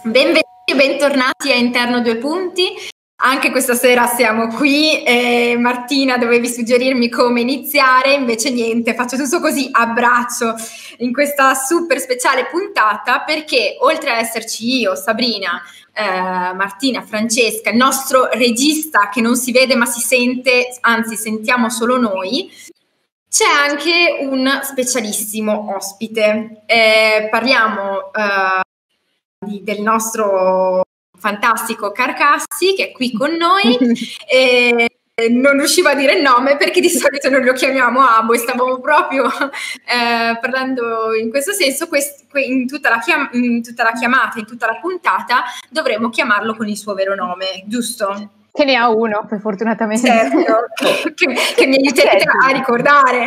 Benvenuti e bentornati a Interno Due Punti. Anche questa sera siamo qui. Martina, dovevi suggerirmi come iniziare, invece niente, faccio tutto così a braccio in questa super speciale puntata, perché oltre a esserci io, Sabrina, Martina, Francesca, il nostro regista che non si vede ma si sente, anzi sentiamo solo noi, c'è anche un specialissimo ospite. Parliamo del nostro fantastico Carcassi, che è qui con noi. Non riuscivo a dire il nome perché di solito non lo chiamiamo Abo, e stavamo proprio parlando in questo senso. In tutta la chiamata, in tutta la puntata dovremmo chiamarlo con il suo vero nome, giusto? Che ne ha uno, per fortunatamente. Certo, che mi aiuterete a ricordare.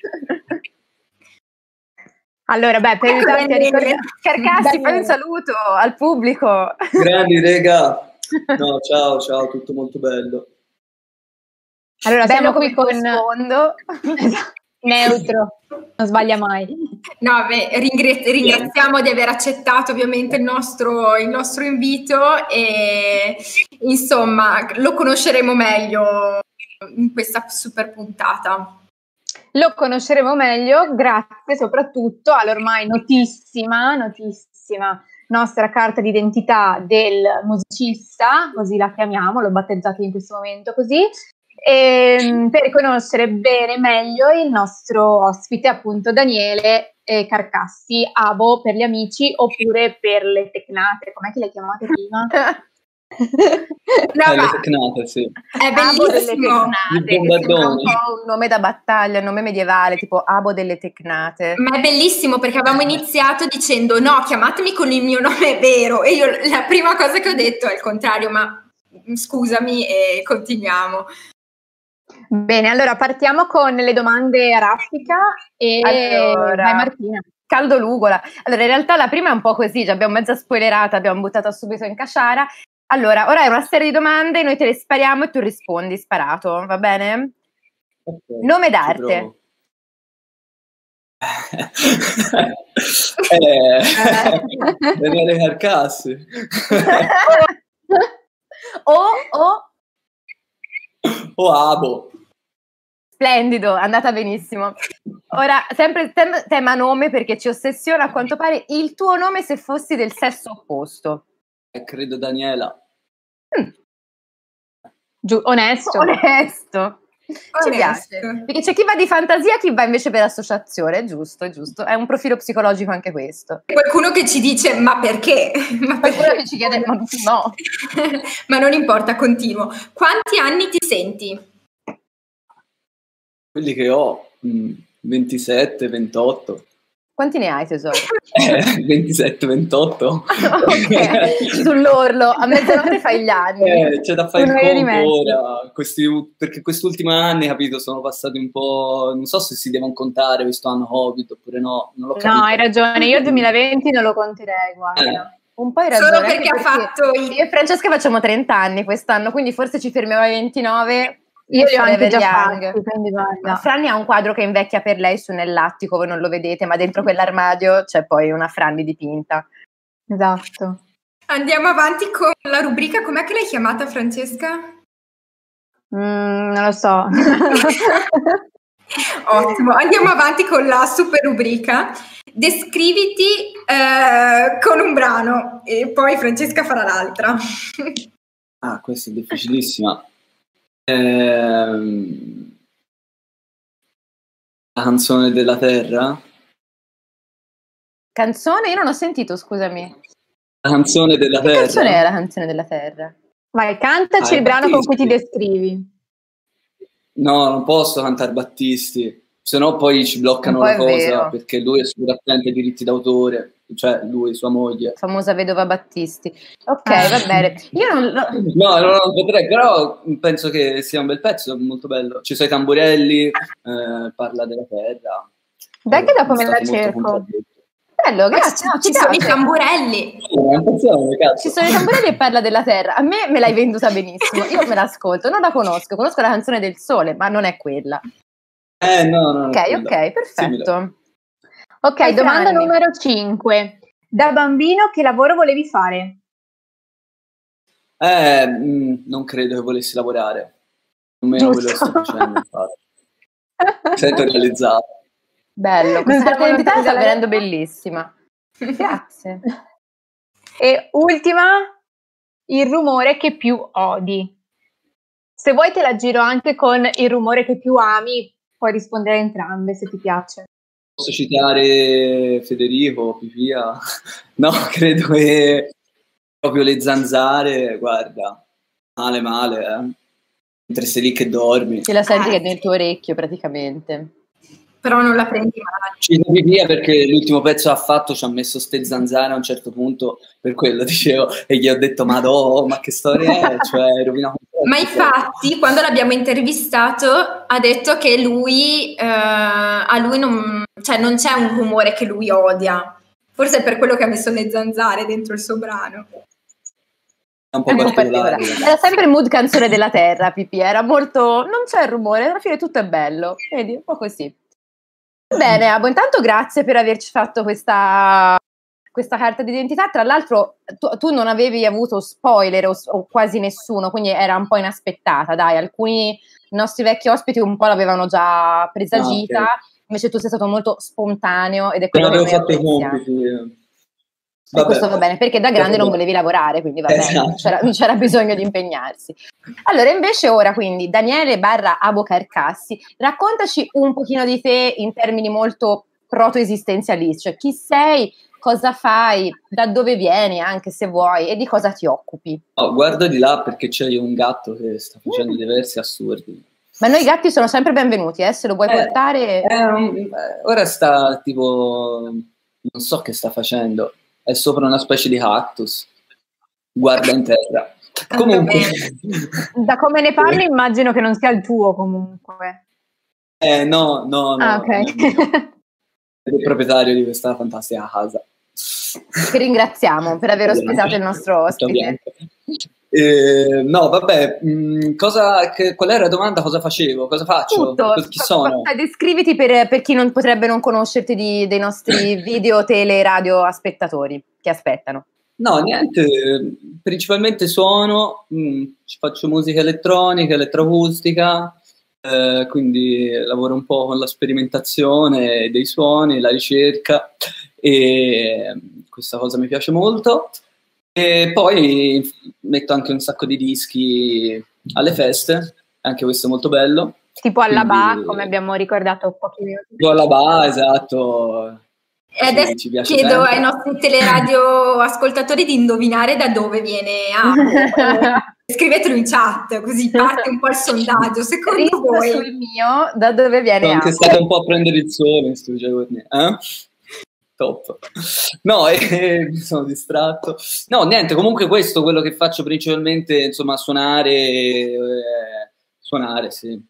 Allora, per aiutarti a ricordare, Carcassi, fai un saluto al pubblico. Grandi, rega. No, ciao, tutto molto bello. Allora, siamo qui con sfondo neutro, non sbaglia mai. No, ringraziamo di aver accettato ovviamente il nostro invito, e insomma lo conosceremo meglio in questa super puntata. Lo conosceremo meglio grazie soprattutto all'ormai notissima nostra carta d'identità del musicista, così la chiamiamo, l'ho battezzata in questo momento così, per conoscere bene meglio il nostro ospite, appunto Daniele Carcassi, Abo per gli amici oppure per le tecnate. Com'è che le chiamate prima? Le tecnate, sì. È bellissimo. Abo delle tecnate, che sembra un po' un nome da battaglia, un nome medievale, tipo Abo delle tecnate. Ma è bellissimo perché avevamo iniziato dicendo no, chiamatemi con il mio nome vero, e io la prima cosa che ho detto è il contrario, ma scusami, e continuiamo. Bene, allora partiamo con le domande a raffica e vai Martina. Caldo Lugola. Allora, in realtà la prima è un po' così, già abbiamo mezza spoilerata, abbiamo buttato subito in casciara. Allora, ora è una serie di domande, noi te le spariamo e tu rispondi sparato, va bene? Okay, nome d'arte. Daniele Carcassi. O Abo. Splendido, andata benissimo. Ora, sempre tema nome, perché ci ossessiona a quanto pare il tuo nome se fossi del sesso opposto. Credo Daniela. Onesto. Ci piace. Perché c'è chi va di fantasia, chi va invece per associazione, giusto. È un profilo psicologico anche questo. Qualcuno che ci dice ma perché? Qualcuno che ci chiede ma no. Ma non importa, continuo. Quanti anni ti senti? Quelli che ho, 27, 28. Quanti ne hai, tesoro? 27, 28. Ok, sull'orlo, a mezzanotte fai gli anni. C'è da fare il conto ora, perché questi ultimi anni, capito, sono passati un po', non so se si devono contare questo anno Covid oppure no, non l'ho capito. No, hai ragione, io il 2020 non lo conterei, guarda. Un po' hai ragione. Solo perché ha fatto... Io e Francesca facciamo 30 anni quest'anno, quindi forse ci fermiamo ai 29... Io li ho anche già fatti, quindi guarda. Franny ha un quadro che invecchia per lei su nell'attico, voi non lo vedete, ma dentro quell'armadio c'è poi una Franny dipinta. Esatto. Andiamo avanti con la rubrica. Com'è che l'hai chiamata, Francesca? Non lo so. Ottimo, andiamo avanti con la super rubrica. Descriviti con un brano, e poi Francesca farà l'altra. Questa è difficilissima. La canzone della terra? Canzone? Io non ho sentito, scusami. La canzone della terra? Che canzone è la canzone della terra? Vai, cantaci il brano con cui ti descrivi. No, non posso cantare Battisti, sennò poi ci bloccano la cosa, perché lui è super attento ai diritti d'autore, cioè lui, sua moglie. Famosa vedova Battisti. Ok, va bene. Io non potrei, però penso che sia un bel pezzo, molto bello. Ci sono i tamburelli, parla della terra. Dai che dopo me la cerco. Bello, grazie. No, ci sono i tamburelli. Ci sono i tamburelli e parla della terra. A me la hai venduta benissimo. Io me l'ascolto, non la conosco la canzone del sole, ma non è quella. No. Ok, perfetto. Simile. Ok, domanda numero 5. Da bambino che lavoro volevi fare? Non credo che volessi lavorare. Almeno quello che sto facendo. Sento realizzato. Bello, questa carta d'identità sta venendo bellissima. Grazie. E ultima, il rumore che più odi. Se vuoi te la giro anche con il rumore che più ami, puoi rispondere a entrambe se ti piace. Posso citare Federico, Pipia? No, credo che proprio le zanzare, guarda, male, mentre sei lì che dormi. Te la senti che è nel tuo orecchio praticamente. Però non la prendi mai. Cito Pipia perché l'ultimo pezzo ha fatto ci ha messo ste zanzare a un certo punto, per quello dicevo, e gli ho detto ma che storia è? Cioè, rovinato. Ma infatti, quando l'abbiamo intervistato, ha detto che lui, a lui non c'è un rumore che lui odia. Forse è per quello che ha messo le zanzare dentro il suo brano. È un po' particolare. Era sempre mood canzone della terra, Pipì, era molto... non c'è il rumore, alla fine tutto è bello. Vedi, un po' così. Bene, Abo, intanto grazie per averci fatto questa carta d'identità. Tra l'altro tu non avevi avuto spoiler o quasi nessuno, quindi era un po' inaspettata, dai. Alcuni nostri vecchi ospiti un po' l'avevano già presagita, okay. Invece tu sei stato molto spontaneo ed è quello che avevo fatto i compiti. E questo va bene, perché da grande non volevi lavorare, quindi va bene, non c'era bisogno di impegnarsi. Allora, invece ora, quindi, Daniele / Abo Carcassi, raccontaci un pochino di te in termini molto proto-esistenzialisti, cioè chi sei, cosa fai, da dove vieni, anche se vuoi, e di cosa ti occupi. Oh, guarda di là perché c'è un gatto che sta facendo dei versi assurdi. Ma noi gatti sono sempre benvenuti, se lo vuoi portare. Ora sta tipo, non so che sta facendo. È sopra una specie di cactus, guarda in terra. Comunque, da come ne parli immagino che non sia il tuo comunque. No. Ok. È il proprietario di questa fantastica casa. Che ringraziamo per aver ospitato il nostro ospite. No, vabbè, qual era la domanda? Cosa facevo? Cosa faccio? Tutto. Chi sono? Descriviti per chi non potrebbe non conoscerti dei nostri video, tele, radio aspettatori che aspettano. No, niente, principalmente suono, ci faccio musica elettronica, elettroacustica, quindi lavoro un po' con la sperimentazione dei suoni, la ricerca, e questa cosa mi piace molto. E poi metto anche un sacco di dischi alle feste, anche questo è molto bello. Tipo alla Ba, come abbiamo ricordato pochi minuti. Tipo alla Ba, esatto. E adesso chiedo ai nostri teleradio ascoltatori di indovinare da dove viene Abo. Scrivetelo in chat, così parte un po' il sondaggio. Secondo voi? Sul mio, da dove viene Abo? Sono anche stato un po' a prendere il sole in sto giorni. Top. No, mi sono distratto. No, niente, comunque questo, quello che faccio principalmente, insomma, suonare, sì.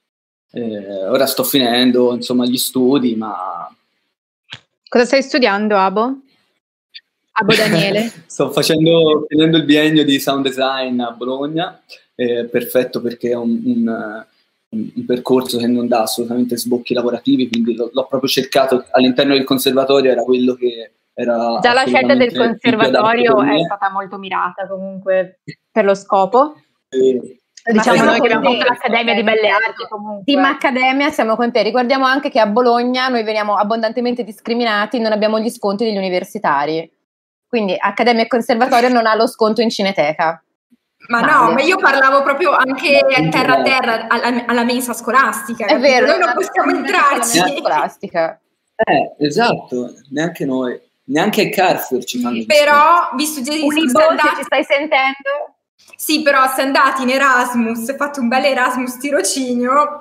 Ora sto finendo, insomma, gli studi, ma... Cosa stai studiando, Abo? Abo Daniele? Sto finendo il biennio di sound design a Bologna, perfetto perché è un percorso che non dà assolutamente sbocchi lavorativi, quindi l'ho proprio cercato all'interno del conservatorio, era quello che era... Già la scelta del conservatorio è stata molto mirata comunque per lo scopo. Diciamo noi che abbiamo fatto l'Accademia di Belle Arti comunque. Team Accademia, siamo con te. Ricordiamo anche che a Bologna noi veniamo abbondantemente discriminati, non abbiamo gli sconti degli universitari. Quindi Accademia e Conservatorio non ha lo sconto in Cineteca. Ma no, ma io parlavo proprio anche a terra alla mensa scolastica. È vero, noi non possiamo entrarci. Alla mensa scolastica. Esatto, neanche noi, neanche il Carrefour ci fanno. Però vi suggerisco, se ci stai sentendo. Sì, però se andate in Erasmus, fate un bel Erasmus tirocinio,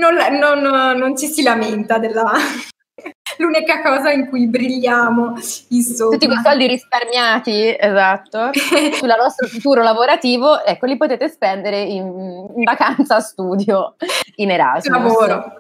non ci si lamenta della... L'unica cosa in cui brilliamo, insomma. Tutti quei soldi risparmiati, esatto, sul nostro futuro lavorativo, ecco, li potete spendere in vacanza studio in Erasmus. Lavoro.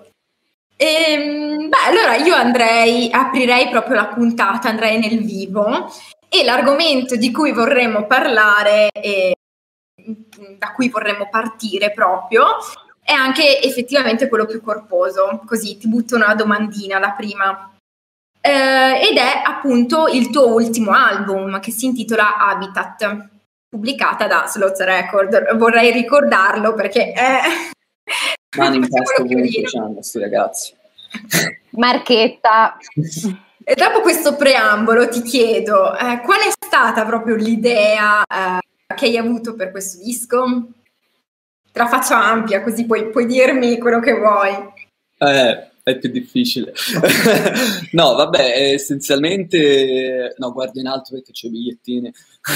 Allora io aprirei proprio la puntata, andrei nel vivo, e l'argomento di cui vorremmo parlare e da cui vorremmo partire proprio è anche effettivamente quello più corposo. Così ti butto una domandina, la prima, ed è appunto il tuo ultimo album che si intitola Habitat. pubblicata da Slots Record. Vorrei ricordarlo perché è mani in tasca ovunque c'hanno questi ragazzi. Marchetta. E dopo questo preambolo ti chiedo, qual è stata proprio l'idea che hai avuto per questo disco? Tra faccia ampia, così puoi dirmi quello che vuoi. È più difficile. No, vabbè, essenzialmente... No, guardo in alto perché c'ho i bigliettini.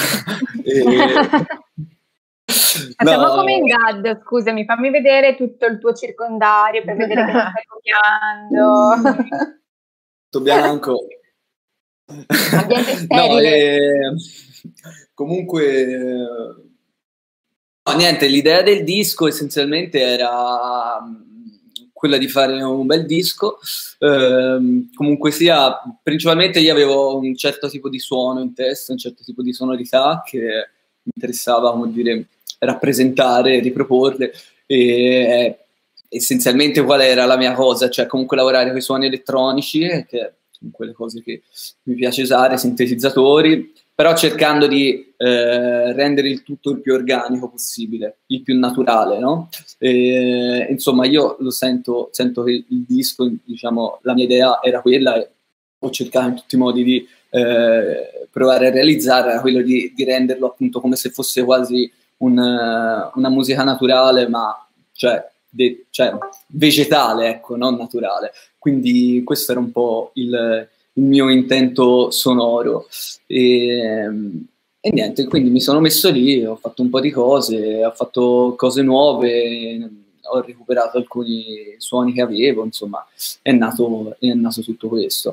Siamo come in GAD, scusami, fammi vedere tutto il tuo circondario per vedere che stai copiando. Tutto bianco. Ambiente sterile. No, comunque... No, niente, l'idea del disco essenzialmente era quella di fare un bel disco. Comunque sia, principalmente io avevo un certo tipo di suono in testa, un certo tipo di sonorità che mi interessava, come dire, rappresentare, riproporle, e essenzialmente qual era la mia cosa, cioè comunque lavorare con i suoni elettronici, che sono quelle cose che mi piace usare, sintetizzatori, però cercando di rendere il tutto il più organico possibile, il più naturale, no? Insomma, io lo sento che il disco, diciamo, la mia idea era quella, e ho cercato in tutti i modi di provare a realizzare, era quello di renderlo appunto come se fosse quasi una musica naturale, ma cioè vegetale, ecco, non naturale. Quindi questo era un po' il mio intento sonoro. E niente, quindi mi sono messo lì, ho fatto un po' di cose, ho fatto cose nuove, ho recuperato alcuni suoni che avevo, insomma, è nato tutto questo.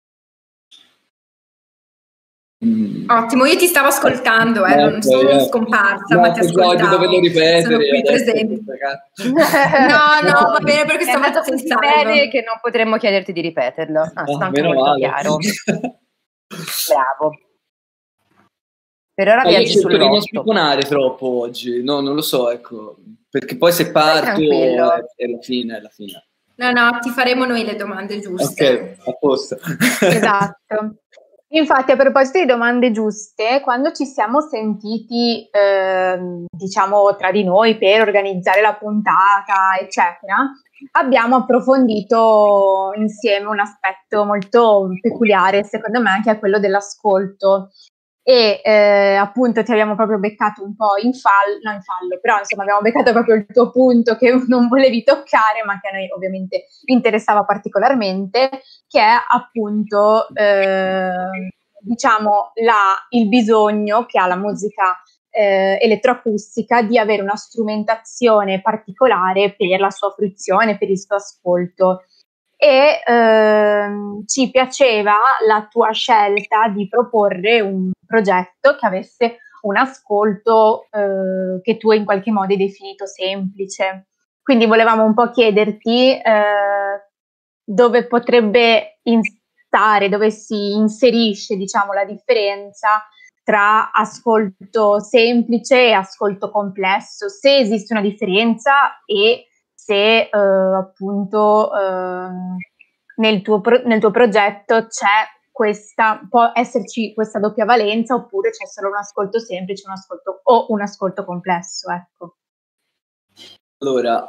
Ottimo, io ti stavo ascoltando, non sono scomparsa, ma ti ascoltavo. Dovevo ripetere, sono qui presente. No, va bene, perché stavo pensando che non potremmo chiederti di ripeterlo. Sta anche molto male. chiaro. Bravo. Per ora viaggi sul non spicconare troppo oggi, no, non lo so, ecco, perché poi se parto è la fine. No, ti faremo noi le domande giuste. Ok, a posto. Esatto. Infatti, a proposito di domande giuste, quando ci siamo sentiti, diciamo, tra di noi per organizzare la puntata, eccetera, abbiamo approfondito insieme un aspetto molto peculiare, secondo me, che è quello dell'ascolto. E appunto ti abbiamo proprio beccato un po' in fallo, però insomma abbiamo beccato proprio il tuo punto che non volevi toccare, ma che a noi ovviamente interessava particolarmente, che è appunto diciamo il bisogno che ha la musica elettroacustica di avere una strumentazione particolare per la sua fruizione, per il suo ascolto. E ci piaceva la tua scelta di proporre un progetto che avesse un ascolto che tu in qualche modo hai definito semplice. Quindi volevamo un po' chiederti dove potrebbe stare, dove si inserisce, diciamo, la differenza tra ascolto semplice e ascolto complesso, se esiste una differenza e se appunto nel tuo progetto può esserci questa doppia valenza, oppure c'è solo un ascolto semplice, un ascolto complesso, ecco. Allora,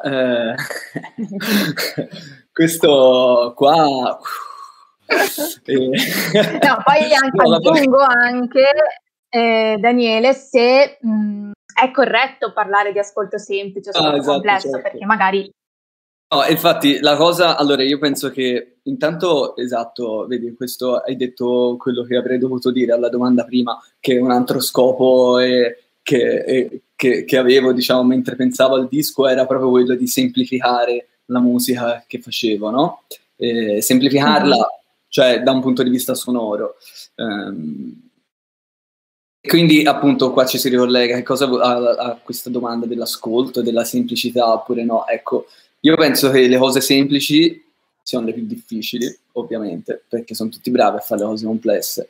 questo qua... No, poi aggiungo anche, Daniele, se... è corretto parlare di ascolto semplice o ascolto complesso, certo. Perché magari... No, infatti la cosa, allora io penso che intanto, esatto, vedi, questo hai detto quello che avrei dovuto dire alla domanda prima, che un altro scopo che avevo, diciamo, mentre pensavo al disco era proprio quello di semplificare la musica che facevo, no? Semplificarla, cioè da un punto di vista sonoro. Quindi appunto qua ci si ricollega a questa domanda dell'ascolto, della semplicità oppure no. Ecco, io penso che le cose semplici siano le più difficili, ovviamente, perché sono tutti bravi a fare le cose complesse.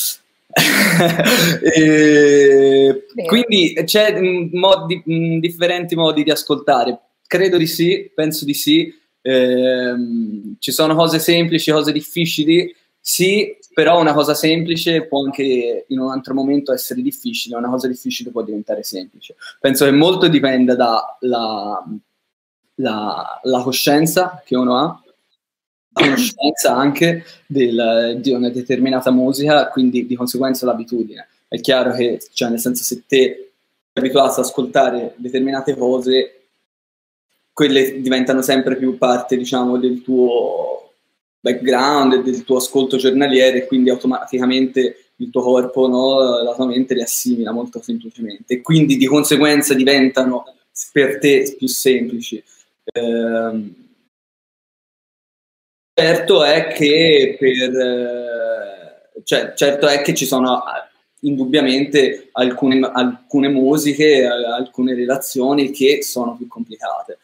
Quindi c'è differenti modi di ascoltare. Credo di sì, penso di sì. Ci sono cose semplici, cose difficili. Sì, però una cosa semplice può anche in un altro momento essere difficile, una cosa difficile può diventare semplice. Penso che molto dipenda dalla la coscienza che uno ha, la conoscenza anche di una determinata musica, quindi di conseguenza l'abitudine. È chiaro che, cioè, nel senso, se te sei abituato ad ascoltare determinate cose, quelle diventano sempre più parte, diciamo, del tuo background e del tuo ascolto giornaliero, e quindi automaticamente il tuo corpo, no, la tua mente le assimila molto semplicemente, e quindi di conseguenza diventano per te più semplici. Certo è che certo è che ci sono indubbiamente alcune musiche, alcune relazioni che sono più complicate.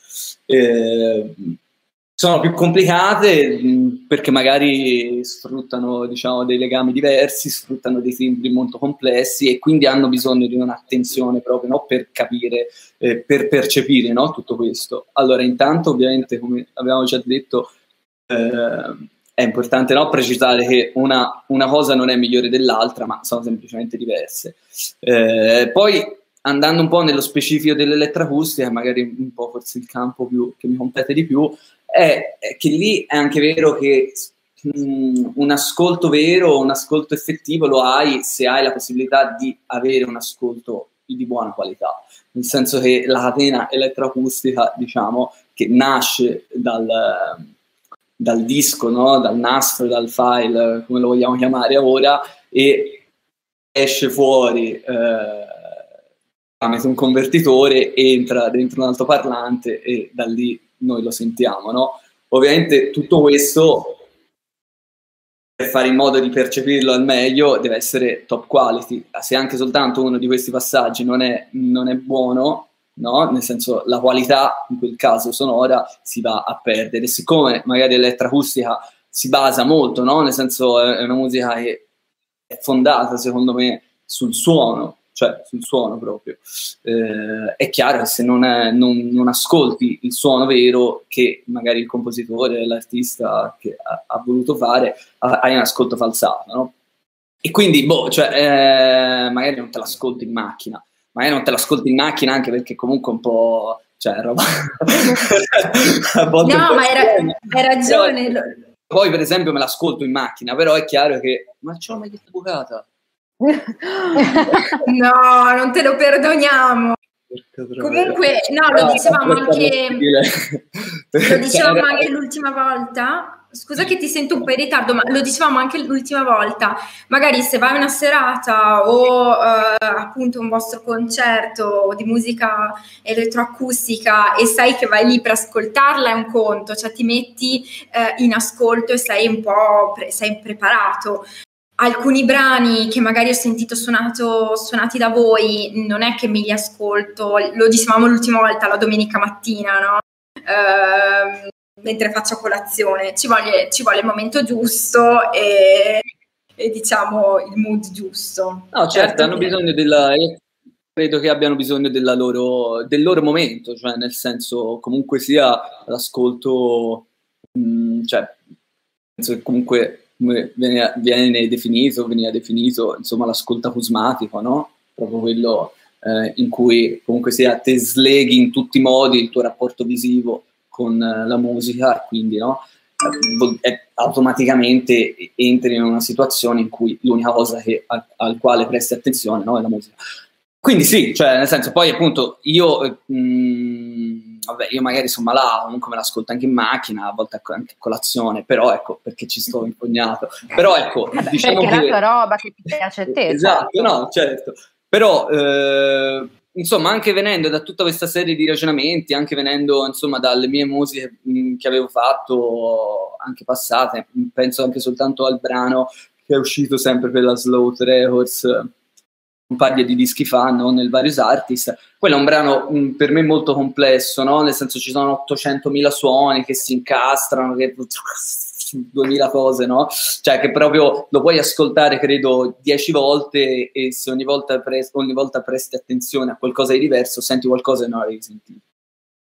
Sono più complicate perché magari sfruttano, diciamo, dei legami diversi, sfruttano dei timbri molto complessi, e quindi hanno bisogno di un'attenzione proprio, no, per capire, per percepire, no, tutto questo. Allora, intanto, ovviamente, come abbiamo già detto, è importante, no, precisare che una cosa non è migliore dell'altra, ma sono semplicemente diverse. Poi, andando un po' nello specifico dell'elettroacustica, magari un po' forse il campo che mi compete di più, è che lì è anche vero che un ascolto vero, un ascolto effettivo lo hai se hai la possibilità di avere un ascolto di buona qualità, nel senso che la catena elettroacustica, diciamo, che nasce dal disco, no? Dal nastro, dal file, come lo vogliamo chiamare ora, e esce fuori tramite un convertitore, entra dentro un altoparlante e da lì noi lo sentiamo, no? Ovviamente tutto questo, per fare in modo di percepirlo al meglio, deve essere top quality. Se anche soltanto uno di questi passaggi non è buono, no? Nel senso, la qualità in quel caso sonora si va a perdere. Siccome magari l'elettroacustica si basa molto, no? Nel senso, è una musica che è fondata, secondo me, sul suono, cioè sul suono proprio. È chiaro che se non ascolti il suono vero che magari il compositore, l'artista che ha voluto fare, hai un ascolto falsato, no? E quindi, magari non te l'ascolti in macchina, anche perché comunque un po', cioè, roba... No, ma hai ragione. Poi, per esempio, me l'ascolto in macchina, però è chiaro che... Ma c'ho mai detto bucata? No, non te lo perdoniamo. Comunque, no, lo dicevamo anche l'ultima volta. Scusa che ti sento un po' in ritardo, ma lo dicevamo anche l'ultima volta. Magari se vai a una serata o appunto un vostro concerto di musica elettroacustica e sai che vai lì per ascoltarla, è un conto, cioè ti metti in ascolto e sei un po' sei preparato. Alcuni brani che magari ho sentito suonati da voi, non è che me li ascolto, lo dicevamo l'ultima volta, la domenica mattina, no? Mentre faccio colazione, ci vuole il momento giusto e diciamo il mood giusto. No, certo, hanno bisogno credo che abbiano bisogno del loro momento, cioè nel senso, comunque sia l'ascolto, cioè penso che comunque veniva definito, insomma, l'ascolto acusmatico, no? Proprio quello in cui comunque sia te sleghi in tutti i modi il tuo rapporto visivo con la musica, quindi, no? Automaticamente entri in una situazione in cui l'unica cosa al quale presti attenzione, no, è la musica. Quindi sì, cioè nel senso, poi appunto io magari sono malato, comunque me l'ascolto anche in macchina, a volte anche a colazione, però ecco, perché ci sto impegnato. Però ecco, diciamo perché è la tua roba che ti piace a te. Esatto, certo. No, certo. Però insomma, anche venendo da tutta questa serie di ragionamenti, anche venendo insomma dalle mie musiche che avevo fatto anche passate, penso anche soltanto al brano che è uscito sempre per la Slow Records un paio di dischi fa, no? Nel Various Artists. Quello è un brano per me molto complesso, no? Nel senso, ci sono 800.000 suoni che si incastrano, che 2000 cose, no? Cioè che proprio lo puoi ascoltare credo 10 volte, e se ogni volta presti attenzione a qualcosa di diverso, senti qualcosa che non avevi sentito.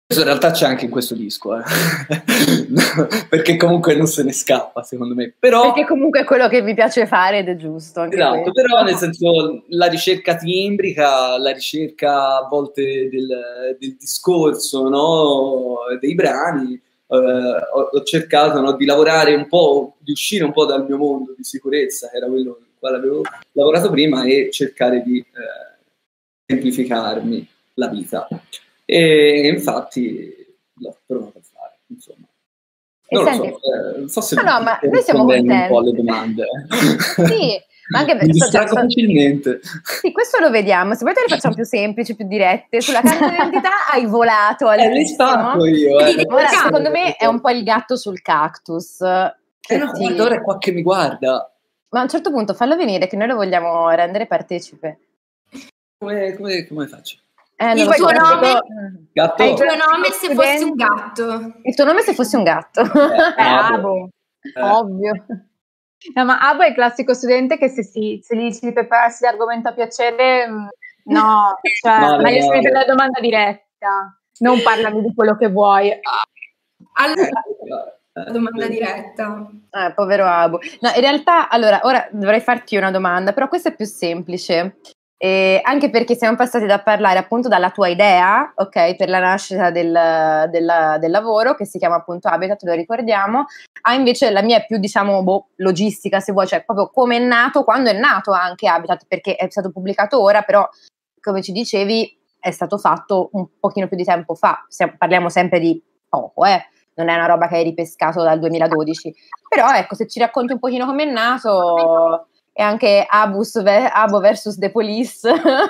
Questo in realtà c'è anche in questo disco, perché comunque non se ne scappa, secondo me. Però, perché comunque è quello che vi piace fare ed è giusto. Anche esatto, però nel senso la ricerca timbrica, la ricerca a volte del discorso, no? Dei brani, ho cercato, no, di lavorare un po', di uscire un po' dal mio mondo di sicurezza, che era quello con il quale avevo lavorato prima, e cercare di semplificarmi la vita. E infatti l'ho provato a fare, insomma. Non lo so, non so se ma noi siamo contenti un po' alle domande. Sì, ma anche mi distraggo facilmente. Sì, questo lo vediamo. Se poi te le facciamo più semplici, più dirette. Sulla carta d'identità hai volato all'inizio. Io. Ora, secondo me è un po' il gatto sul cactus. No, guarda, è qua che mi guarda. Ma a un certo punto fallo venire, che noi lo vogliamo rendere partecipe. Come faccio? Il tuo nome se fosse un gatto. Il tuo nome se fosse un gatto. Abo. Ovvio. No, ma Abo è il classico studente che se gli dici di prepararsi l'argomento a piacere, no, cioè, meglio se mi fai la domanda diretta, non parlami di quello che vuoi. Allora, domanda diretta. Povero Abo. No, in realtà, allora, ora dovrei farti una domanda, però questa è più semplice. Anche perché siamo passati da parlare appunto dalla tua idea, ok, per la nascita del lavoro, che si chiama appunto Habitat, lo ricordiamo, a invece la mia è più, diciamo, logistica, se vuoi, cioè proprio come è nato, quando è nato anche Habitat, perché è stato pubblicato ora, però come ci dicevi è stato fatto un pochino più di tempo fa, parliamo sempre di poco, non è una roba che hai ripescato dal 2012, però ecco, se ci racconti un pochino come è nato... E anche Abo versus The Police.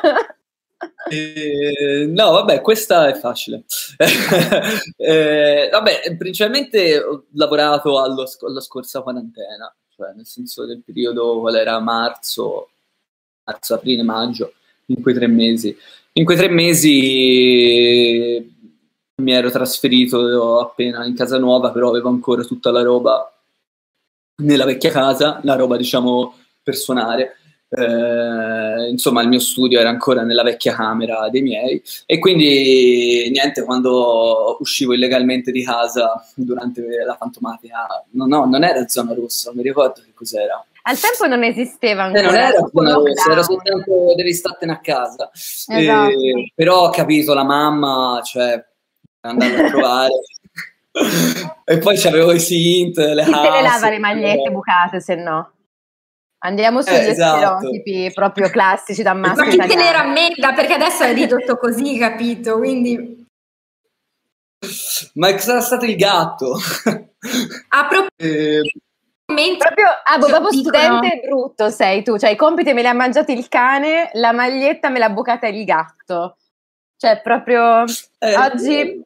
No, vabbè, questa è facile. Vabbè, principalmente ho lavorato alla scorsa quarantena, cioè nel senso del periodo, qual era marzo, aprile, maggio, in quei 3 mesi. In quei 3 mesi mi ero trasferito appena in casa nuova, però avevo ancora tutta la roba nella vecchia casa, la roba, diciamo, per suonare, insomma il mio studio era ancora nella vecchia camera dei miei, e quindi niente, quando uscivo illegalmente di casa durante la fantomatica, non era zona rossa, non mi ricordo che cos'era. Al tempo non esisteva ancora. Non era zona rossa, era soltanto devi startene a casa. Esatto. Però ho capito, la mamma, cioè, andare a trovare... e poi c'avevo i synth, le Chi te le lava le magliette bucate, se no? Andiamo sugli stereotipi proprio classici da maschio italiano. Ma chi te le rammenta? Perché adesso è ridotto così, capito? Quindi... Ma sarà stato il gatto. Proprio studente brutto sei tu, cioè i compiti me li ha mangiati il cane, la maglietta me l'ha bucata il gatto. Cioè proprio oggi...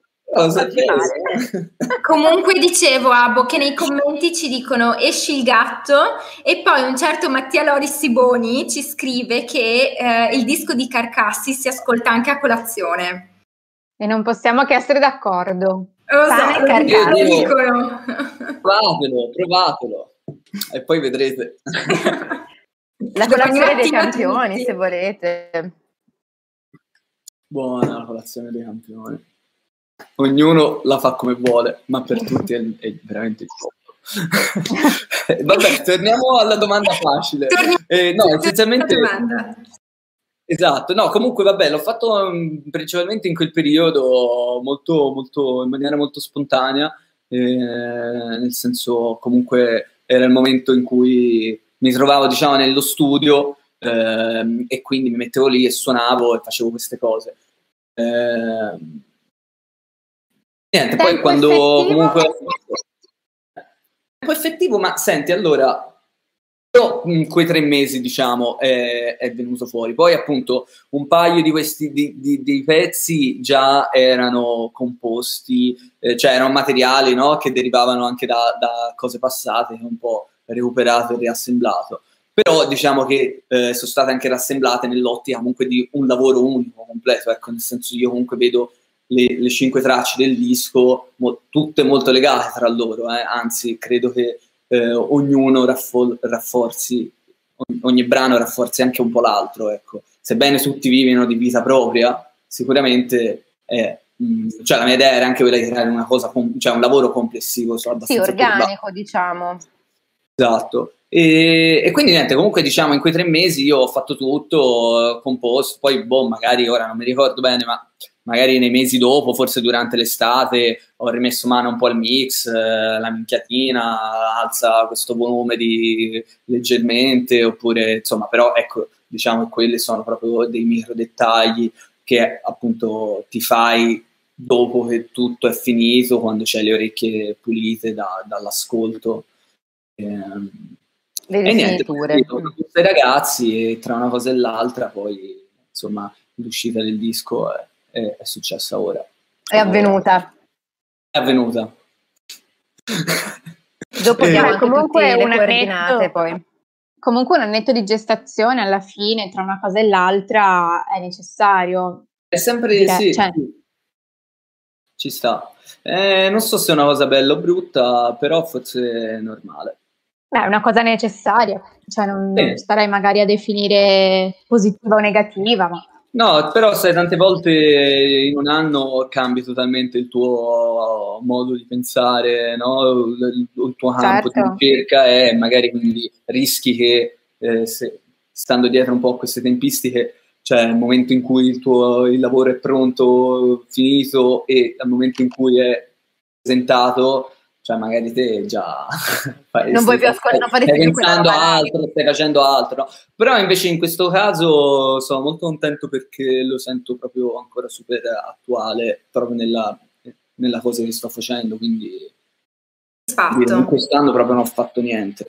Comunque dicevo, Abo, che nei commenti ci dicono esci il gatto, e poi un certo Mattia Loris Siboni ci scrive che il disco di Carcassi si ascolta anche a colazione. E non possiamo che essere d'accordo. Lo dicono. Provatelo e poi vedrete. La colazione dei campioni, se volete. Buona la colazione dei campioni. Ognuno la fa come vuole, ma per tutti è veramente il top. Vabbè, torniamo alla domanda facile. No, essenzialmente... Esatto, no, comunque vabbè, l'ho fatto principalmente in quel periodo molto, in maniera molto spontanea, nel senso comunque era il momento in cui mi trovavo, diciamo, nello studio, e quindi mi mettevo lì e suonavo e facevo queste cose. Niente, poi tempo quando effettivo. comunque tempo effettivo, ma senti, allora io in quei 3 mesi, diciamo, è venuto fuori. Poi appunto un paio di questi dei pezzi già erano composti, cioè erano materiali, no? Che derivavano anche da cose passate, che ho un po' recuperato e riassemblato. Però diciamo che sono state anche rassemblate nell'ottica comunque di un lavoro unico, completo, ecco, nel senso io comunque vedo le 5 tracce del disco tutte molto legate tra loro, anzi credo che ognuno rafforzi, ogni brano rafforzi anche un po' l'altro, ecco. Sebbene tutti vivono di vita propria, sicuramente è cioè la mia idea era anche quella di creare una cosa, cioè un lavoro complessivo, sì, organico, diciamo. Esatto. E quindi niente, comunque diciamo in quei 3 mesi io ho fatto tutto, composto, poi magari ora non mi ricordo bene, ma magari nei mesi dopo, forse durante l'estate, ho rimesso mano un po' al mix, la minchiatina, alza questo volume leggermente, oppure insomma, però ecco, diciamo quelli sono proprio dei micro dettagli che appunto ti fai dopo che tutto è finito, quando c'hai le orecchie pulite dall'ascolto. Le rifiniture. Con questi ragazzi, e tra una cosa e l'altra poi insomma l'uscita del disco è successa ora. È avvenuta. Dopo diamo comunque le coordinate poi. Comunque un annetto di gestazione alla fine tra una cosa e l'altra è necessario. È sempre sì, ci sta. Non so se è una cosa bella o brutta, però forse è normale. È una cosa necessaria, cioè non starei magari a definire positiva o negativa, ma... No, però sai, tante volte in un anno cambi totalmente il tuo modo di pensare, no? Il tuo campo di ricerca, e magari quindi rischi che stando dietro un po' a queste tempistiche, cioè il momento in cui il lavoro è pronto, finito, e al momento in cui è presentato, cioè magari te già non vuoi più ascoltare, stai pensando altro, stai facendo altro, no? Però invece in questo caso sono molto contento perché lo sento proprio ancora super attuale proprio nella cosa che sto facendo, quindi in quest'anno proprio non ho fatto niente.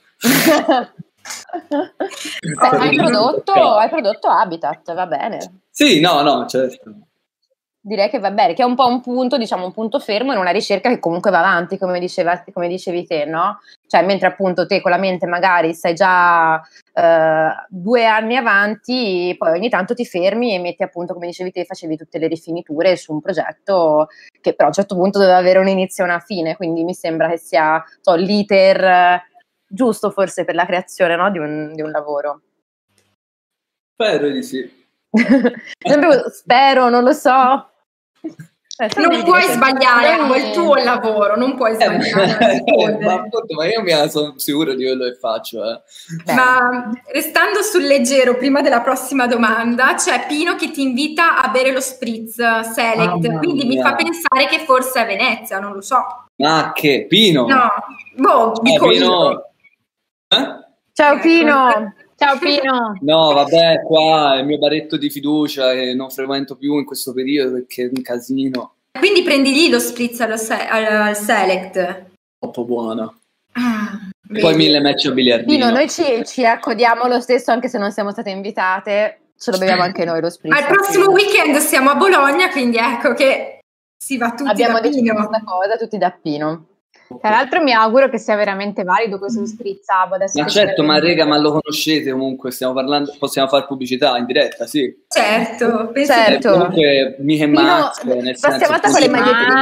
Hai prodotto Habitat, va bene. Sì, no, certo. Direi che va bene, che è un po' un punto, diciamo, un punto fermo in una ricerca che comunque va avanti, come dicevi te, no? Cioè, mentre appunto te con la mente magari stai già 2 anni avanti, poi ogni tanto ti fermi e metti appunto, come dicevi te, facevi tutte le rifiniture su un progetto che però a un certo punto doveva avere un inizio e una fine, quindi mi sembra che sia l'iter giusto forse per la creazione, no? di un lavoro. Spero di sì. Spero, non lo so. Non puoi sbagliare, è il tuo lavoro, non puoi sbagliare. Ma io sono sicuro di quello che faccio. Ma restando sul leggero, prima della prossima domanda, c'è Pino che ti invita a bere lo Spritz Select, quindi mi fa pensare che forse a Venezia, non lo so. Ma che? Pino? No, dico Pino. Ciao Pino! Ciao Pino! No, vabbè, qua è il mio baretto di fiducia e non frequento più in questo periodo perché è un casino. Quindi prendili lo Spritz al Select. Troppo buono. Poi 1000 match a biliardino. Pino, noi ci accodiamo lo stesso anche se non siamo state invitate. Ce lo beviamo anche noi lo Spritz. Al prossimo weekend siamo a Bologna, quindi ecco che si va tutti Abbiamo da Pino. Abbiamo deciso questa cosa, tutti da Pino. Tra l'altro mi auguro che sia veramente valido questo Spritz. Ma certo, ma rega, ma lo conoscete comunque, stiamo parlando, possiamo fare pubblicità in diretta, sì. Certo. Comunque Miche Max, nel senso, con le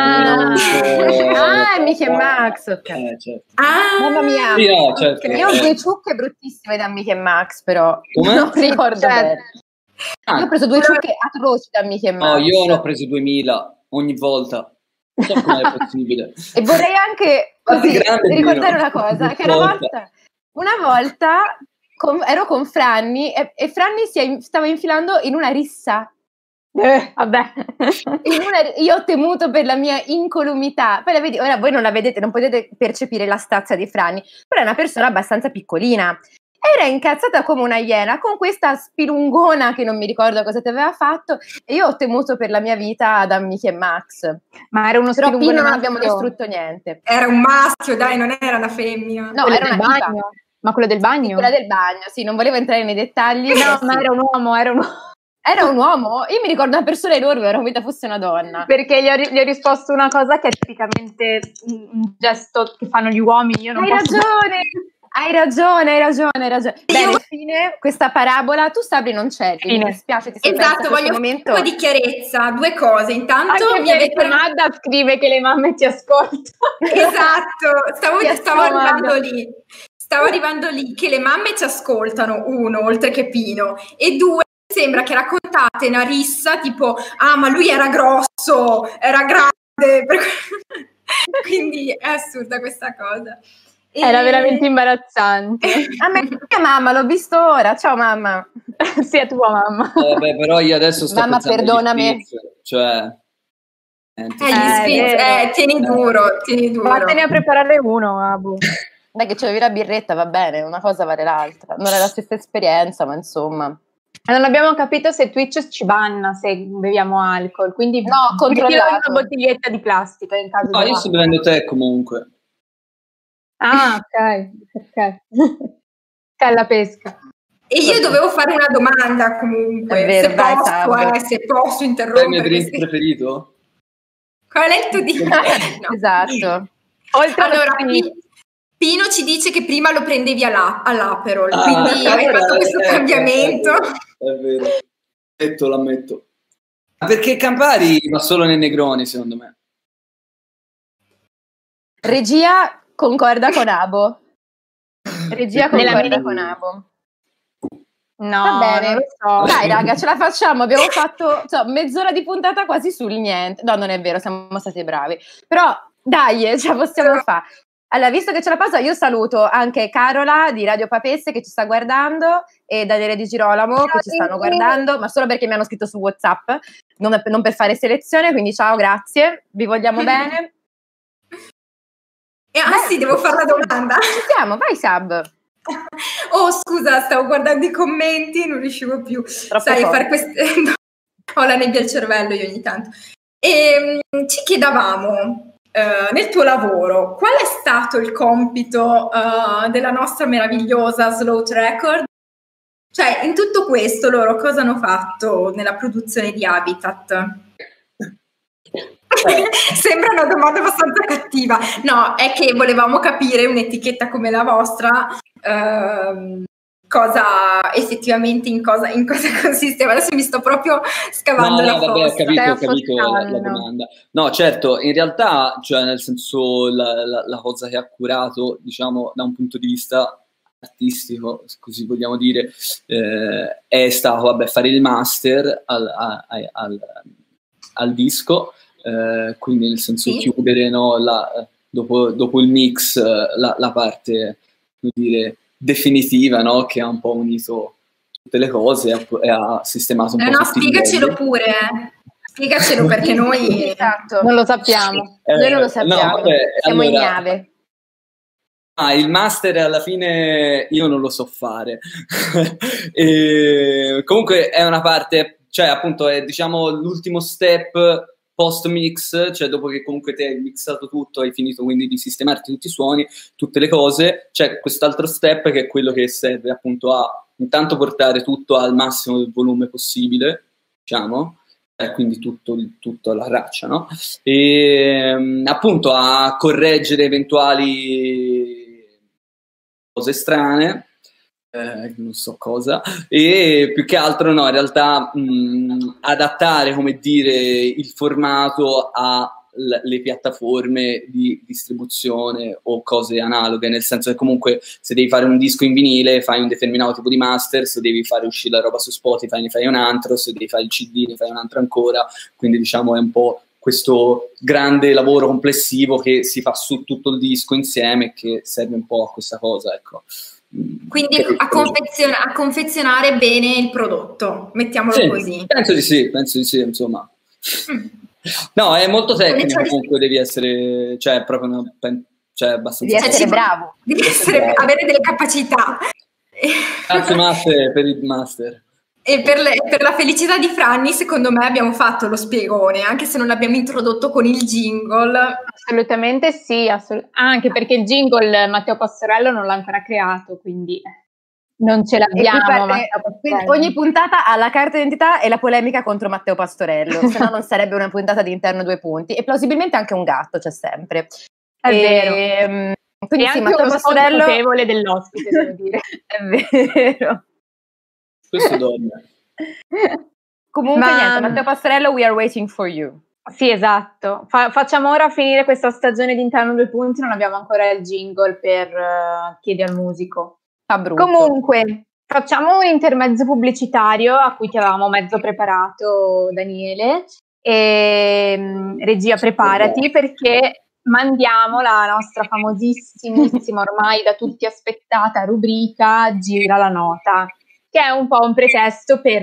magliette Miche Max, ok. Certo. Mamma mia. Sì, no, certo. Io ho 2 ciucche bruttissime da Miche Max, però come? non ricordo bene. Io ho preso 2 ciucche atroci da Miche Max. No, io ne ho preso 2000 ogni volta. Non so come è possibile. E vorrei anche ricordare una cosa, che una volta ero con Franny e Franny stava infilando in una rissa. Vabbè. Io ho temuto per la mia incolumità. Poi la vedi, ora voi non la vedete, non potete percepire la stazza di Franny, però è una persona abbastanza piccolina. Era incazzata come una iena con questa spilungona che non mi ricordo cosa ti aveva fatto, e io ho temuto per la mia vita da Miche e Max. Ma era uno spilungone. Però non abbiamo distrutto niente. Era un maschio, dai, non era una femmina. No, era una bagno. Ma quello del bagno? Quella del bagno, sì, non volevo entrare nei dettagli. No, ma era un uomo. Era un uomo? Io mi ricordo una persona enorme, ero convinta fosse una donna. Perché gli ho risposto una cosa che è tipicamente un gesto che fanno gli uomini. Io non posso... Hai ragione. Bene, fine, questa parabola, tu Sabri non c'eri, mi dispiace, ti sei esatto, voglio fare un po' di chiarezza, 2 cose. Intanto anche mi avete Madda scrive che le mamme ti ascoltano. Esatto, stavo arrivando lì. Stavo arrivando lì, che le mamme ci ascoltano, 1, oltre che Pino, e 2, sembra che raccontate una rissa tipo, ma lui era grosso, era grande, quindi è assurda questa cosa. Era veramente imbarazzante. A me mia mamma, l'ho visto ora, ciao mamma. Sì, a tua mamma. Vabbè, però io adesso sto Mamma, pensando perdonami. agli Spritz, cioè... Gli Spritz, tieni duro. Vattene a preparare uno, Abu. Dai, che c'avevi la birretta, va bene, una cosa vale l'altra. Non è la stessa esperienza, ma insomma. Non abbiamo capito se Twitch ci banna se beviamo alcol, quindi no, controllato. Una bottiglietta di plastica in caso No, io sto bevendo tè comunque. Ah, ok. C'è alla pesca. E io dovevo fare una domanda comunque, vero, se posso interrompere. È il mio drink preferito? Qual è il tuo drink? No. Esatto. Allora, Pino ci dice che prima lo prendevi all'Aperol, quindi hai fatto questo cambiamento. È vero, l'ammetto. Perché Campari va solo nei Negroni, secondo me. Regia concorda con Abo. Regia concorda con Abo. No, va bene, non lo so. Dai raga, ce la facciamo, abbiamo fatto mezz'ora di puntata quasi sul niente. No, non è vero, siamo stati bravi. Però dai, ce la possiamo fare. Allora, visto che c'è la pausa, io saluto anche Carola di Radio Papesse che ci sta guardando e Daniele Di Girolamo che ci stanno guardando, ma solo perché mi hanno scritto su WhatsApp, non per fare selezione, quindi ciao, grazie, vi vogliamo bene. Sì, devo fare la domanda. Ci siamo, vai Sab. Oh, scusa, stavo guardando i commenti, non riuscivo più. Fare queste... Ho la nebbia al cervello io ogni tanto. E ci chiedavamo... nel tuo lavoro, qual è stato il compito della nostra meravigliosa Sloth Record? Cioè, in tutto questo loro cosa hanno fatto nella produzione di Habitat? Sembra una domanda abbastanza cattiva. No, è che volevamo capire un'etichetta come la vostra, cosa effettivamente in cosa consisteva. Adesso mi sto proprio scavando la fossa. Ho capito la domanda. No, certo, in realtà, cioè nel senso la cosa che ha curato, diciamo, da un punto di vista artistico, così vogliamo dire, è stato fare il master al disco, quindi nel senso chiudere, no, dopo il mix la parte, come dire, definitiva, no? Che ha un po' unito tutte le cose e ha sistemato un po' tutti spiegacelo pure, spiegacelo perché noi non lo sappiamo. Noi non lo sappiamo, siamo ignave. Il master alla fine io non lo so fare. E, comunque è una parte, cioè appunto è diciamo l'ultimo step post mix, cioè dopo che comunque ti hai mixato tutto, hai finito quindi di sistemarti tutti i suoni, tutte le cose, c'è quest'altro step che è quello che serve appunto a intanto portare tutto al massimo del volume possibile, diciamo, quindi tutto alla traccia, no? E appunto a correggere eventuali cose strane, non so cosa, e più che altro no, in realtà adattare, come dire, il formato alle piattaforme di distribuzione o cose analoghe, nel senso che comunque se devi fare un disco in vinile fai un determinato tipo di master, se devi fare uscire la roba su Spotify ne fai un altro, se devi fare il CD ne fai un altro ancora, quindi diciamo è un po' questo grande lavoro complessivo che si fa su tutto il disco insieme, che serve un po' a questa cosa, ecco. Quindi a confezionare bene il prodotto, mettiamolo così. Penso di sì, insomma. No, è molto tecnico, comunque devi essere, cioè proprio abbastanza. Devi essere bravo. Devi avere delle capacità. Grazie Master per il master. E per la felicità di Franni, secondo me abbiamo fatto lo spiegone, anche se non l'abbiamo introdotto con il jingle. Assolutamente sì, anche perché il jingle Matteo Pastorello non l'ha ancora creato, quindi non ce l'abbiamo. Ogni puntata ha la carta d'identità e la polemica contro Matteo Pastorello, se no non sarebbe una puntata di Interno 2 Punti, e plausibilmente anche un gatto c'è sempre. È vero. Quindi e sì, anche Matteo uno Pastorello notevole dell'ospite, devo dire. È vero. Questo dorme. Comunque niente, Matteo Pastorello, we are waiting for you. Sì, esatto. Facciamo ora finire questa stagione di Interno 2 Punti, non abbiamo ancora il jingle per Chiedi al musico. Fa brutto. Comunque, Facciamo un intermezzo pubblicitario a cui ti avevamo mezzo preparato, Daniele. Regia, preparati perché mandiamo la nostra famosissimissima, ormai da tutti aspettata rubrica Gira la nota, che è un po' un pretesto per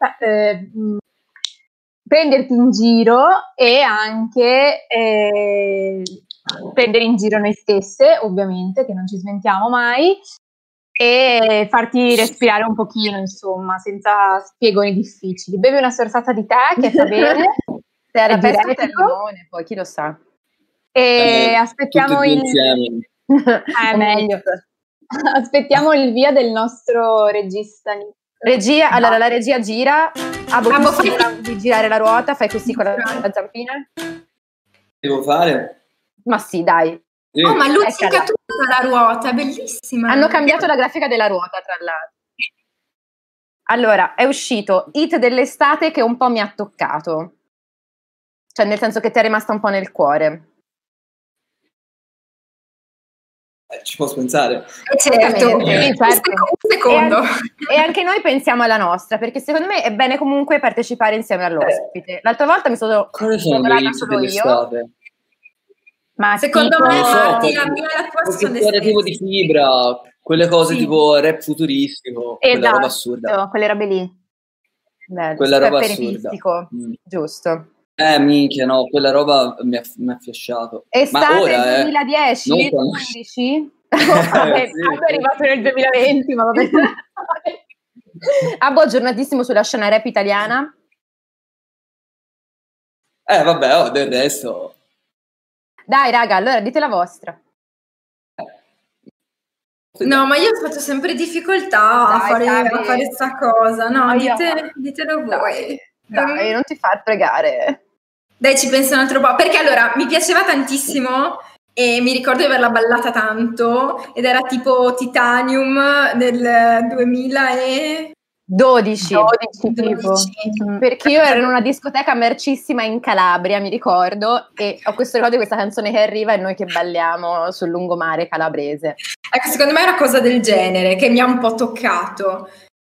prenderti in giro e anche prendere in giro noi stesse, ovviamente, che non ci smentiamo mai, e farti respirare un pochino, insomma, senza spiegoni difficili. Bevi una sorsata di tè che fa bene, se era pesto del diuretico, limone, poi chi lo sa. e aspettiamo insieme. Aspettiamo il via del nostro regista. Regia, allora la regia gira. Di girare la ruota, fai così con la zampina. Devo fare? Ma sì, dai. Sì. Oh, ma luccica tutta la ruota, bellissima. Hanno cambiato la grafica della ruota, tra l'altro. Allora, è uscito Hit dell'estate che un po' mi ha toccato. Cioè, nel senso che ti è rimasta un po' nel cuore. Ci posso pensare? Certo. Certo. Un secondo. E anche noi pensiamo alla nostra, perché secondo me è bene comunque partecipare insieme all'ospite. L'altra volta mi sono trovata solo io. Ma secondo tipo, me la mia la tua sono storia tipo di Fibra, quelle cose tipo rap futuristico, quella roba assurda. Quelle robe lì. Bello, quella roba assurda. Giusto. Minchia, no, quella roba mi ha fiasciato. Estate ma ora, 2010, 2011? Vabbè, sì, è arrivato nel 2020, ma vabbè. Abbo aggiornatissimo sulla scena rap italiana. Vabbè, del resto. Dai, raga, allora dite la vostra. No, ma io ho fatto sempre difficoltà a fare sta cosa. No, ditelo voi. Dai, non ti far pregare. Dai, ci penso un altro po'. Perché allora, mi piaceva tantissimo e mi ricordo di averla ballata tanto ed era tipo Titanium del 2012 tipo. Perché io ero in una discoteca mercissima in Calabria, mi ricordo, e ho questo ricordo di questa canzone che arriva e noi che balliamo sul lungomare calabrese. Ecco, secondo me è una cosa del genere che mi ha un po' toccato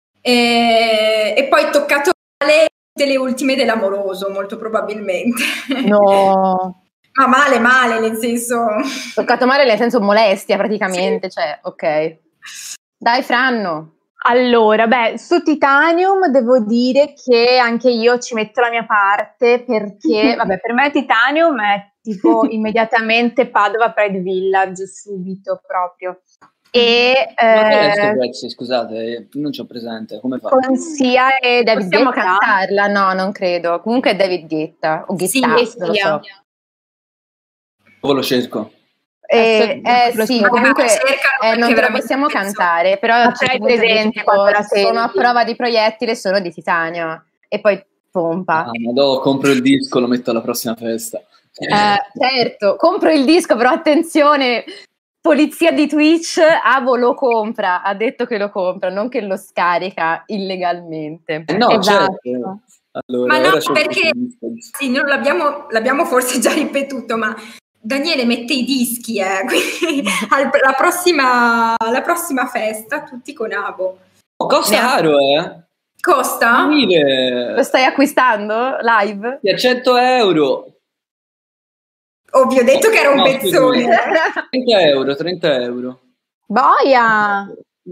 e poi toccato male tutte le ultime dell'Amoroso, molto probabilmente. No. Ma male, nel senso... Toccato male nel senso molestia praticamente, sì. Cioè, ok. Dai, Franno. Allora, su Titanium devo dire che anche io ci metto la mia parte perché, vabbè, per me Titanium è tipo immediatamente Padova Pride Village, subito proprio. E scusate, non c'ho presente, come fa? Con Sia e David Possiamo Guetta? cantarla? No, non credo. Comunque è David Guetta o Guetta, sì, non lo so. Poi lo cerco. Sì, comunque non te la possiamo cantare, però c'è presente sono a prova di proiettile, sono di titanio e poi pompa. Compro il disco, lo metto alla prossima festa. Certo, compro il disco, però attenzione, polizia di Twitch, Avo lo compra, ha detto che lo compra, non che lo scarica illegalmente. No, esatto. Certo. Allora, ma no, perché sì, non l'abbiamo forse già ripetuto, ma Daniele mette i dischi, quindi la prossima festa tutti con Abo. Costa caro, Costa? Lo stai acquistando live? Sì, a 100 euro. Ovvio, ho detto che era un pezzone. 30 euro. Boia!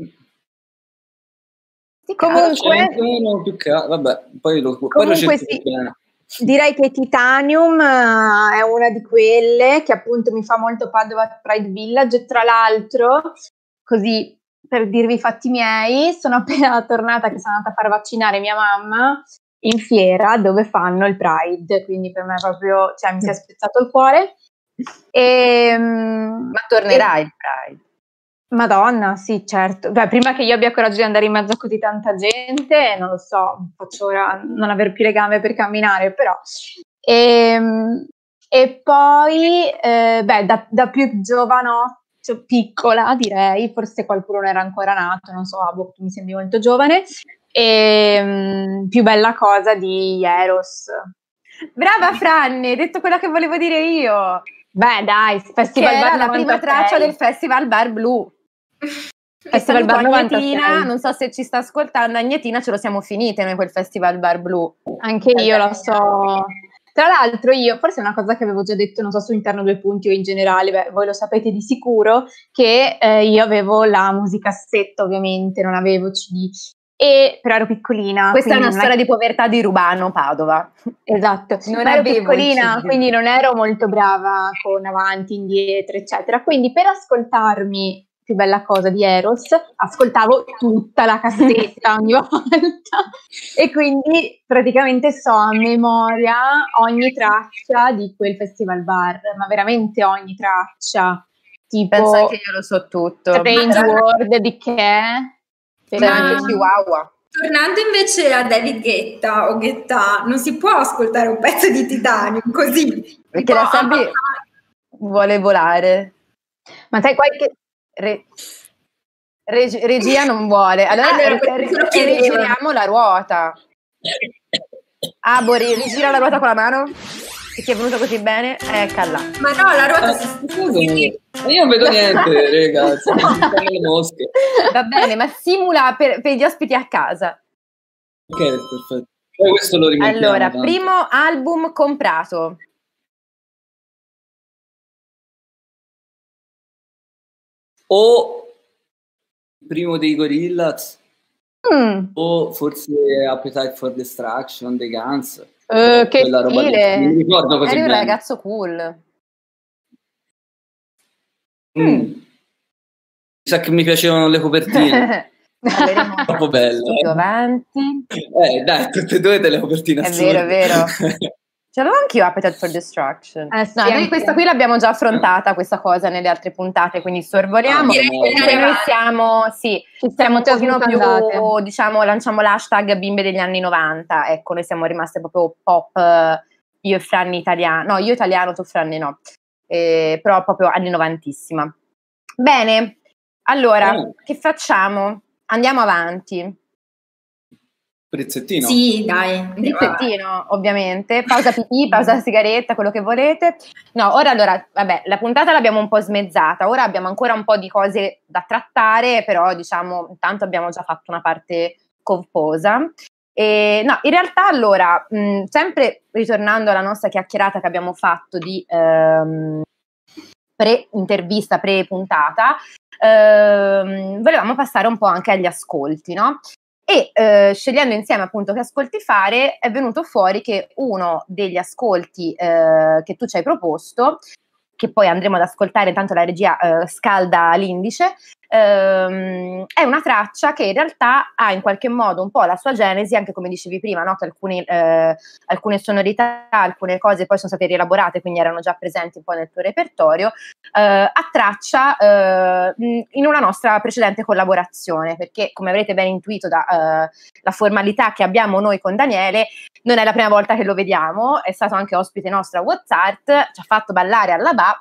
Comunque, vabbè, poi lo sì. Direi che Titanium è una di quelle che appunto mi fa molto Padova Pride Village. Tra l'altro, così per dirvi i fatti miei, sono appena tornata che sono andata a far vaccinare mia mamma in fiera dove fanno il Pride, quindi per me proprio, mi si è spezzato il cuore. Ma tornerai il Pride? Madonna, sì, certo. Prima che io abbia coraggio di andare in mezzo a così tanta gente, non lo so, faccio ora non avere più le gambe per camminare, però. E poi, da più giovanotto, piccola direi, forse qualcuno non era ancora nato, non so, tu mi sembri molto giovane, più bella cosa di Eros. Brava Franni, hai detto quella che volevo dire io. Dai, Festival che Bar era la prima traccia del Festival Bar Blu. Festival Bar Agnetina, 96. non so se ci sta ascoltando, Agnetina ce lo siamo finite noi quel Festival Bar Blu. Anche io lo so. Tra l'altro io, forse è una cosa che avevo già detto, non so su Interno Due Punti o in generale, beh, voi lo sapete di sicuro, che io avevo la musicassetta ovviamente, non avevo CD, però ero piccolina. Questa è una quindi storia di povertà di Rubano, Padova. Esatto, Non ma ero avevo piccolina, il CD. quindi non ero molto brava con avanti, indietro, eccetera. Quindi per ascoltarmi Più bella cosa di Eros, ascoltavo tutta la cassetta ogni volta e quindi praticamente so a memoria ogni traccia di quel Festival Bar, ma veramente ogni traccia, Penso che tipo io lo so tutto. Strange World di che C'era anche Ma- Chihuahua. Tornando invece a David Guetta o Guetta, non si può ascoltare un pezzo di Titanium così. Perché la Sabri vuole volare. Ma sai qualche... Regia non vuole. Allora quello chiedevo. rigiriamo la ruota. Bori, rigira la ruota con la mano. Che ti è venuto così bene? Calla. Ma no, la ruota si Scusami, ma io non vedo niente, ragazzi. Le mosche. Va bene, ma simula per gli ospiti a casa. Ok, perfetto. Poi questo lo rimettiamo. Allora, tanto. primo album comprato. O il primo dei Gorillaz, o forse Appetite for Destruction dei Guns. che Quella roba lì. stile! Non mi ricordo così Eri un bene. ragazzo cool. Mi sa che mi piacevano le copertine. Troppo belle. Più avanti. Dai, tutte e due delle copertine È assurde. vero, è vero. Ce l'avevo anch'io Appetite for Destruction. Sì, No, noi anche questa io. qui l'abbiamo già affrontata, questa cosa, nelle altre puntate, quindi sorvoliamo. Direi che Comunque andare noi avanti. siamo, sì, Ci siamo un già pochino più, smontandate. diciamo, lanciamo l'hashtag bimbe degli anni 90, ecco, noi siamo rimaste proprio pop, io e Franni italiano, no, io italiano, tu Franni no, però proprio anni novantissima. Bene, allora, che facciamo? Andiamo avanti. Prizzettino. Sì, dai. Pizzettino, ovviamente, pausa pipì, pausa sigaretta, quello che volete. No, ora allora, vabbè, la puntata l'abbiamo un po' smezzata, ora abbiamo ancora un po' di cose da trattare, però diciamo, intanto abbiamo già fatto una parte corposa. No, in realtà allora, sempre ritornando alla nostra chiacchierata che abbiamo fatto di pre-intervista, pre-puntata, volevamo passare un po' anche agli ascolti, no? E scegliendo insieme appunto che ascolti fare è venuto fuori che uno degli ascolti che tu ci hai proposto, che poi andremo ad ascoltare, tanto la regia scalda l'indice, è una traccia che in realtà ha in qualche modo un po' la sua genesi, anche come dicevi prima, no? Che alcune sonorità, alcune cose poi sono state rielaborate, quindi erano già presenti un po' nel tuo repertorio, a traccia in una nostra precedente collaborazione, perché come avrete ben intuito da la formalità che abbiamo noi con Daniele, non è la prima volta che lo vediamo, è stato anche ospite nostro a WhatsApp, ci ha fatto ballare alla BA,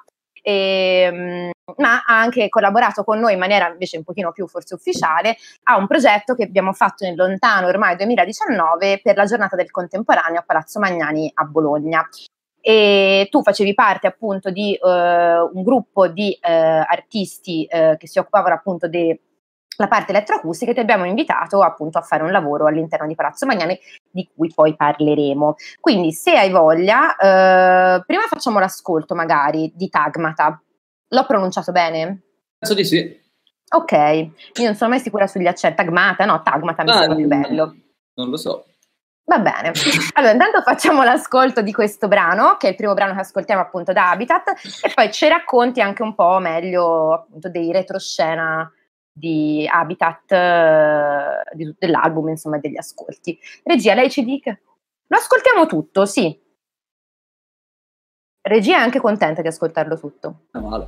ma ha anche collaborato con noi in maniera invece un pochino più forse ufficiale a un progetto che abbiamo fatto nel lontano ormai 2019 per la giornata del contemporaneo a Palazzo Magnani a Bologna. E tu facevi parte appunto di un gruppo di artisti che si occupavano appunto della parte elettroacustica e ti abbiamo invitato appunto a fare un lavoro all'interno di Palazzo Magnani di cui poi parleremo. Quindi se hai voglia, prima facciamo l'ascolto magari di Tagmata. L'ho pronunciato bene? Penso di sì. Ok, io non sono mai sicura sugli accenti. Tagmata mi sembra più bello. Non lo so. Va bene, allora intanto facciamo l'ascolto di questo brano, che è il primo brano che ascoltiamo appunto da Habitat, e poi ci racconti anche un po' meglio appunto dei retroscena di Habitat, dell'album, insomma, degli ascolti. Regia, lei ci dica? Lo ascoltiamo tutto, sì. Regia è anche contenta di ascoltarlo tutto. Non male.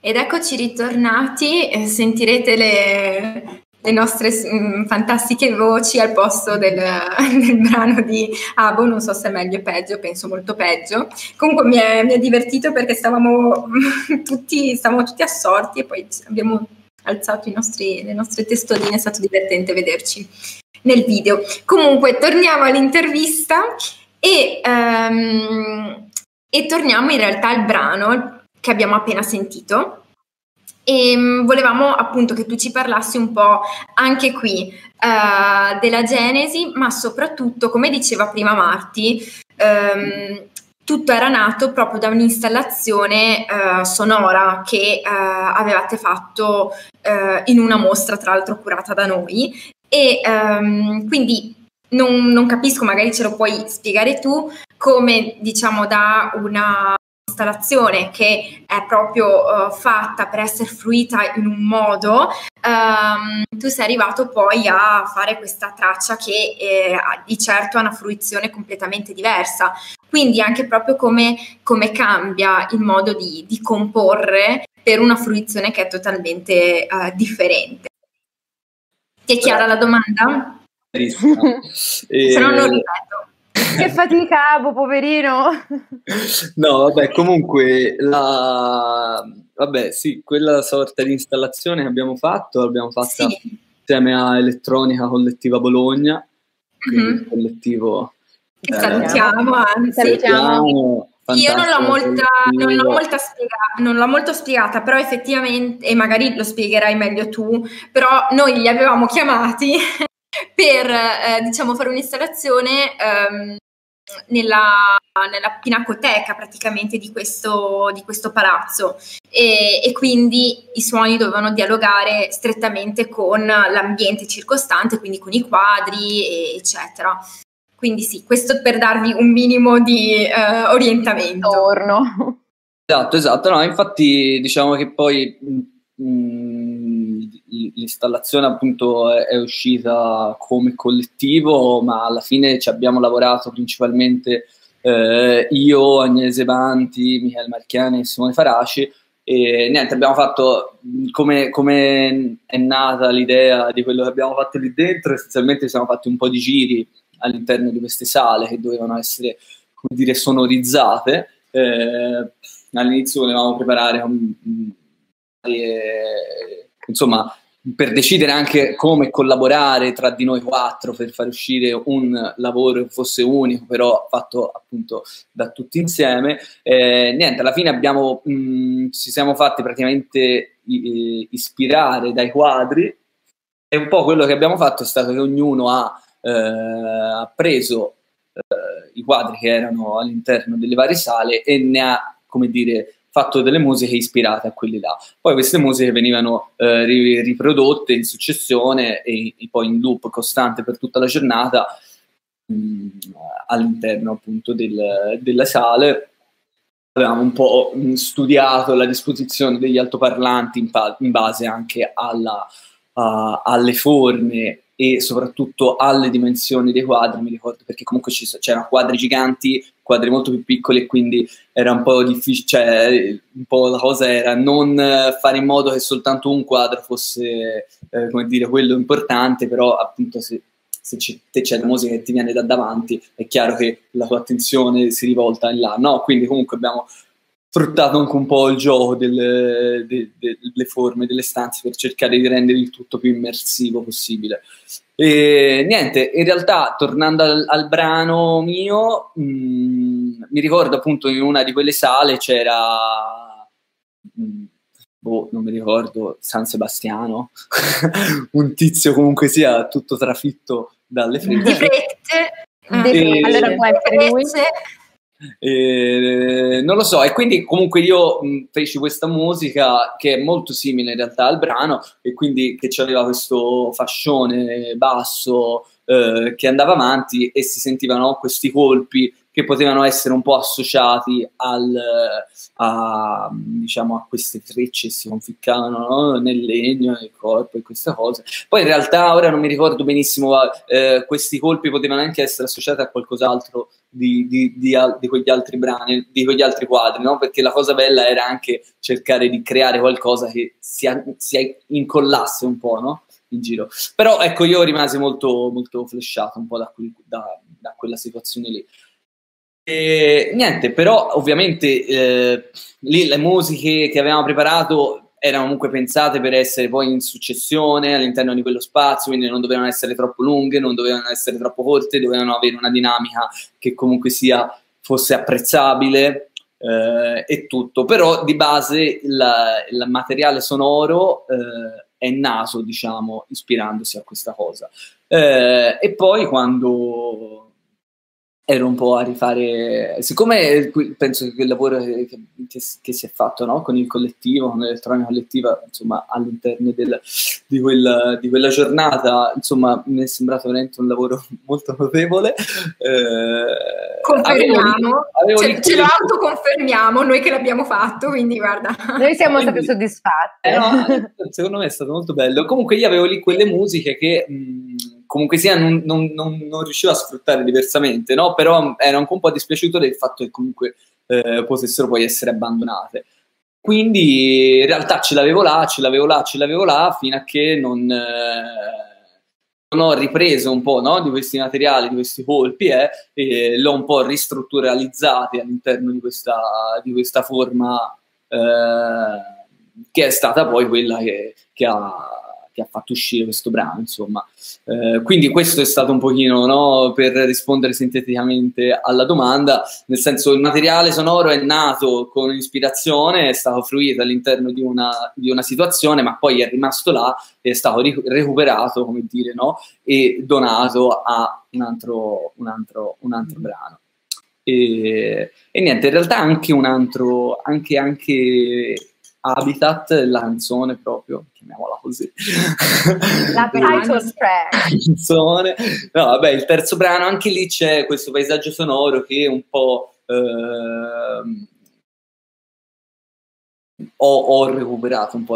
Ed eccoci ritornati, sentirete le nostre fantastiche voci al posto del brano di Abo, non so se è meglio o peggio, penso molto peggio. Comunque mi è divertito perché stavamo tutti assorti e poi abbiamo alzato le nostre testoline, è stato divertente vederci nel video. Comunque torniamo all'intervista e torniamo in realtà al brano che abbiamo appena sentito. E volevamo appunto che tu ci parlassi un po' anche qui della genesi, ma soprattutto, come diceva prima Marti, tutto era nato proprio da un'installazione sonora che avevate fatto in una mostra, tra l'altro curata da noi, e quindi non capisco, magari ce lo puoi spiegare tu, come diciamo da una installazione che è proprio fatta per essere fruita in un modo, tu sei arrivato poi a fare questa traccia che di certo ha una fruizione completamente diversa, quindi anche proprio come cambia il modo di comporre per una fruizione che è totalmente differente. Ti è chiara la domanda? Se no non ripeto. Che fatica, Abo, poverino. No, vabbè, comunque sì, quella sorta di installazione che l'abbiamo fatta sì, insieme a Elettronica Collettiva Bologna, quindi il collettivo che salutiamo, salutiamo. Io non l'ho molto spiegata, però effettivamente, e magari lo spiegherai meglio tu, però noi li avevamo chiamati per diciamo fare un'installazione nella pinacoteca praticamente di questo palazzo e quindi i suoni dovevano dialogare strettamente con l'ambiente circostante, quindi con i quadri eccetera. Quindi sì, questo per darvi un minimo di orientamento. Esatto, no, infatti diciamo che poi l'installazione appunto è uscita come collettivo, ma alla fine ci abbiamo lavorato principalmente io, Agnese Banti, Michele Marchiani e Simone Faraci, e niente, abbiamo fatto come è nata l'idea di quello che abbiamo fatto lì dentro. Essenzialmente siamo fatti un po' di giri all'interno di queste sale che dovevano essere, come dire, sonorizzate. All'inizio volevamo preparare insomma, per decidere anche come collaborare tra di noi quattro per far uscire un lavoro che fosse unico, però fatto appunto da tutti insieme. Niente, alla fine ci siamo fatti praticamente ispirare dai quadri, e un po' quello che abbiamo fatto è stato che ognuno ha preso i quadri che erano all'interno delle varie sale e ne ha, come dire, fatto delle musiche ispirate a quelli là. Poi queste musiche venivano riprodotte in successione e poi in loop costante per tutta la giornata all'interno appunto della sale. Avevamo un po' studiato la disposizione degli altoparlanti in base anche alle forme e soprattutto alle dimensioni dei quadri, mi ricordo, perché comunque c'erano quadri giganti, quadri molto più piccoli, e quindi era un po' difficile, cioè un po' la cosa era non fare in modo che soltanto un quadro fosse, come dire, quello importante, però appunto se c'è la musica che ti viene da davanti, è chiaro che la tua attenzione si rivolta in là, no? Quindi comunque abbiamo sfruttato anche un po' il gioco delle forme, delle stanze, per cercare di rendere il tutto più immersivo possibile. E niente, in realtà tornando al brano mio, mi ricordo appunto in una di quelle sale c'era non mi ricordo, San Sebastiano un tizio comunque sia tutto trafitto dalle frecce. Allora può essere lui. Non lo so, e quindi comunque io feci questa musica che è molto simile in realtà al brano, e quindi che aveva questo fascione basso che andava avanti, e si sentivano questi colpi che potevano essere un po' associati diciamo, a queste trecce che si conficcavano, no? Nel legno, nel corpo e queste cose. Poi in realtà ora non mi ricordo benissimo, questi colpi potevano anche essere associati a qualcos'altro di quegli altri brani, di quegli altri quadri, no? Perché la cosa bella era anche cercare di creare qualcosa che si incollasse un po', no? In giro. Però ecco, io rimasi molto, molto flashato un po' da quella situazione lì. E niente, però ovviamente lì le musiche che avevamo preparato erano comunque pensate per essere poi in successione all'interno di quello spazio, quindi non dovevano essere troppo lunghe, non dovevano essere troppo corte, dovevano avere una dinamica che comunque fosse apprezzabile e tutto. Però di base il materiale sonoro è nato, diciamo, ispirandosi a questa cosa. E poi quando ero un po' a rifare, siccome penso che quel lavoro che si è fatto, no? Con il collettivo, con l'elettronica collettiva, insomma, all'interno di quella giornata, insomma, mi è sembrato veramente un lavoro molto notevole. Confermiamo, ce lo autoconfermiamo noi che l'abbiamo fatto, quindi guarda. Noi siamo state soddisfatte. No, secondo me è stato molto bello. Comunque io avevo lì quelle musiche che comunque sia non riuscivo a sfruttare diversamente, no? Però ero anche un po' dispiaciuto del fatto che comunque potessero poi essere abbandonate. Quindi in realtà ce l'avevo là, fino a che non ho ripreso un po', no? Di questi materiali, di questi colpi e l'ho un po' ristrutturalizzati all'interno di questa forma che è stata poi quella che ha fatto uscire questo brano, insomma. Quindi questo è stato un pochino, no, per rispondere sinteticamente alla domanda, nel senso il materiale sonoro è nato con ispirazione, è stato fruito all'interno di una situazione, ma poi è rimasto là, è stato recuperato, come dire, no, e donato a un altro brano. E niente, in realtà anche un altro, anche Habitat, la canzone proprio, chiamiamola così. La title track. Canzone. No, vabbè, il terzo brano, anche lì c'è questo paesaggio sonoro che un po' ho recuperato un po'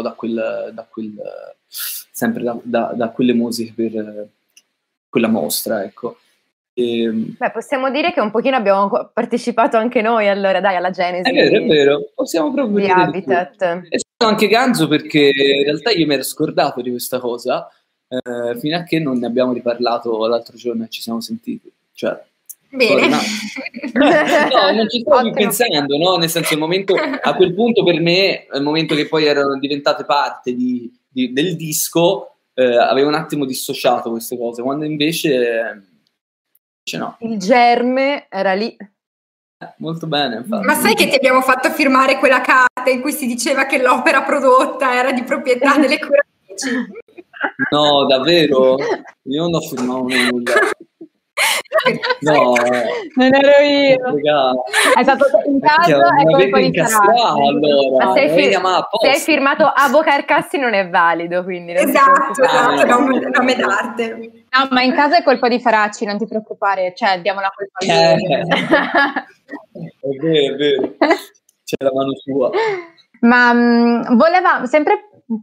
sempre da quelle musiche per quella mostra, ecco. Beh, possiamo dire che un pochino abbiamo partecipato anche noi allora, dai, alla genesi. È vero, possiamo proprio di Habitat. È stato anche ganzo perché in realtà io mi ero scordato di questa cosa fino a che non ne abbiamo riparlato l'altro giorno e ci siamo sentiti. Cioè, bene. No, non ci stavo più pensando, no? Nel senso, a quel punto per me, il momento che poi erano diventate parte del disco, avevo un attimo dissociato queste cose, quando invece no. Il germe era lì. Molto bene, infatti. Ma sai che ti abbiamo fatto firmare quella carta in cui si diceva che l'opera prodotta era di proprietà delle curatrici? No, davvero? Io non ho firmato nulla. No, non ero io. È stato in caso è colpa di allora. Ma se hai firmato Abo Carcassi non è valido, quindi esatto, nome d'arte. No, ma in caso è colpa di Faracci, non ti preoccupare, cioè diamo la colpa a lui. È vero. C'è la mano sua. Ma voleva sempre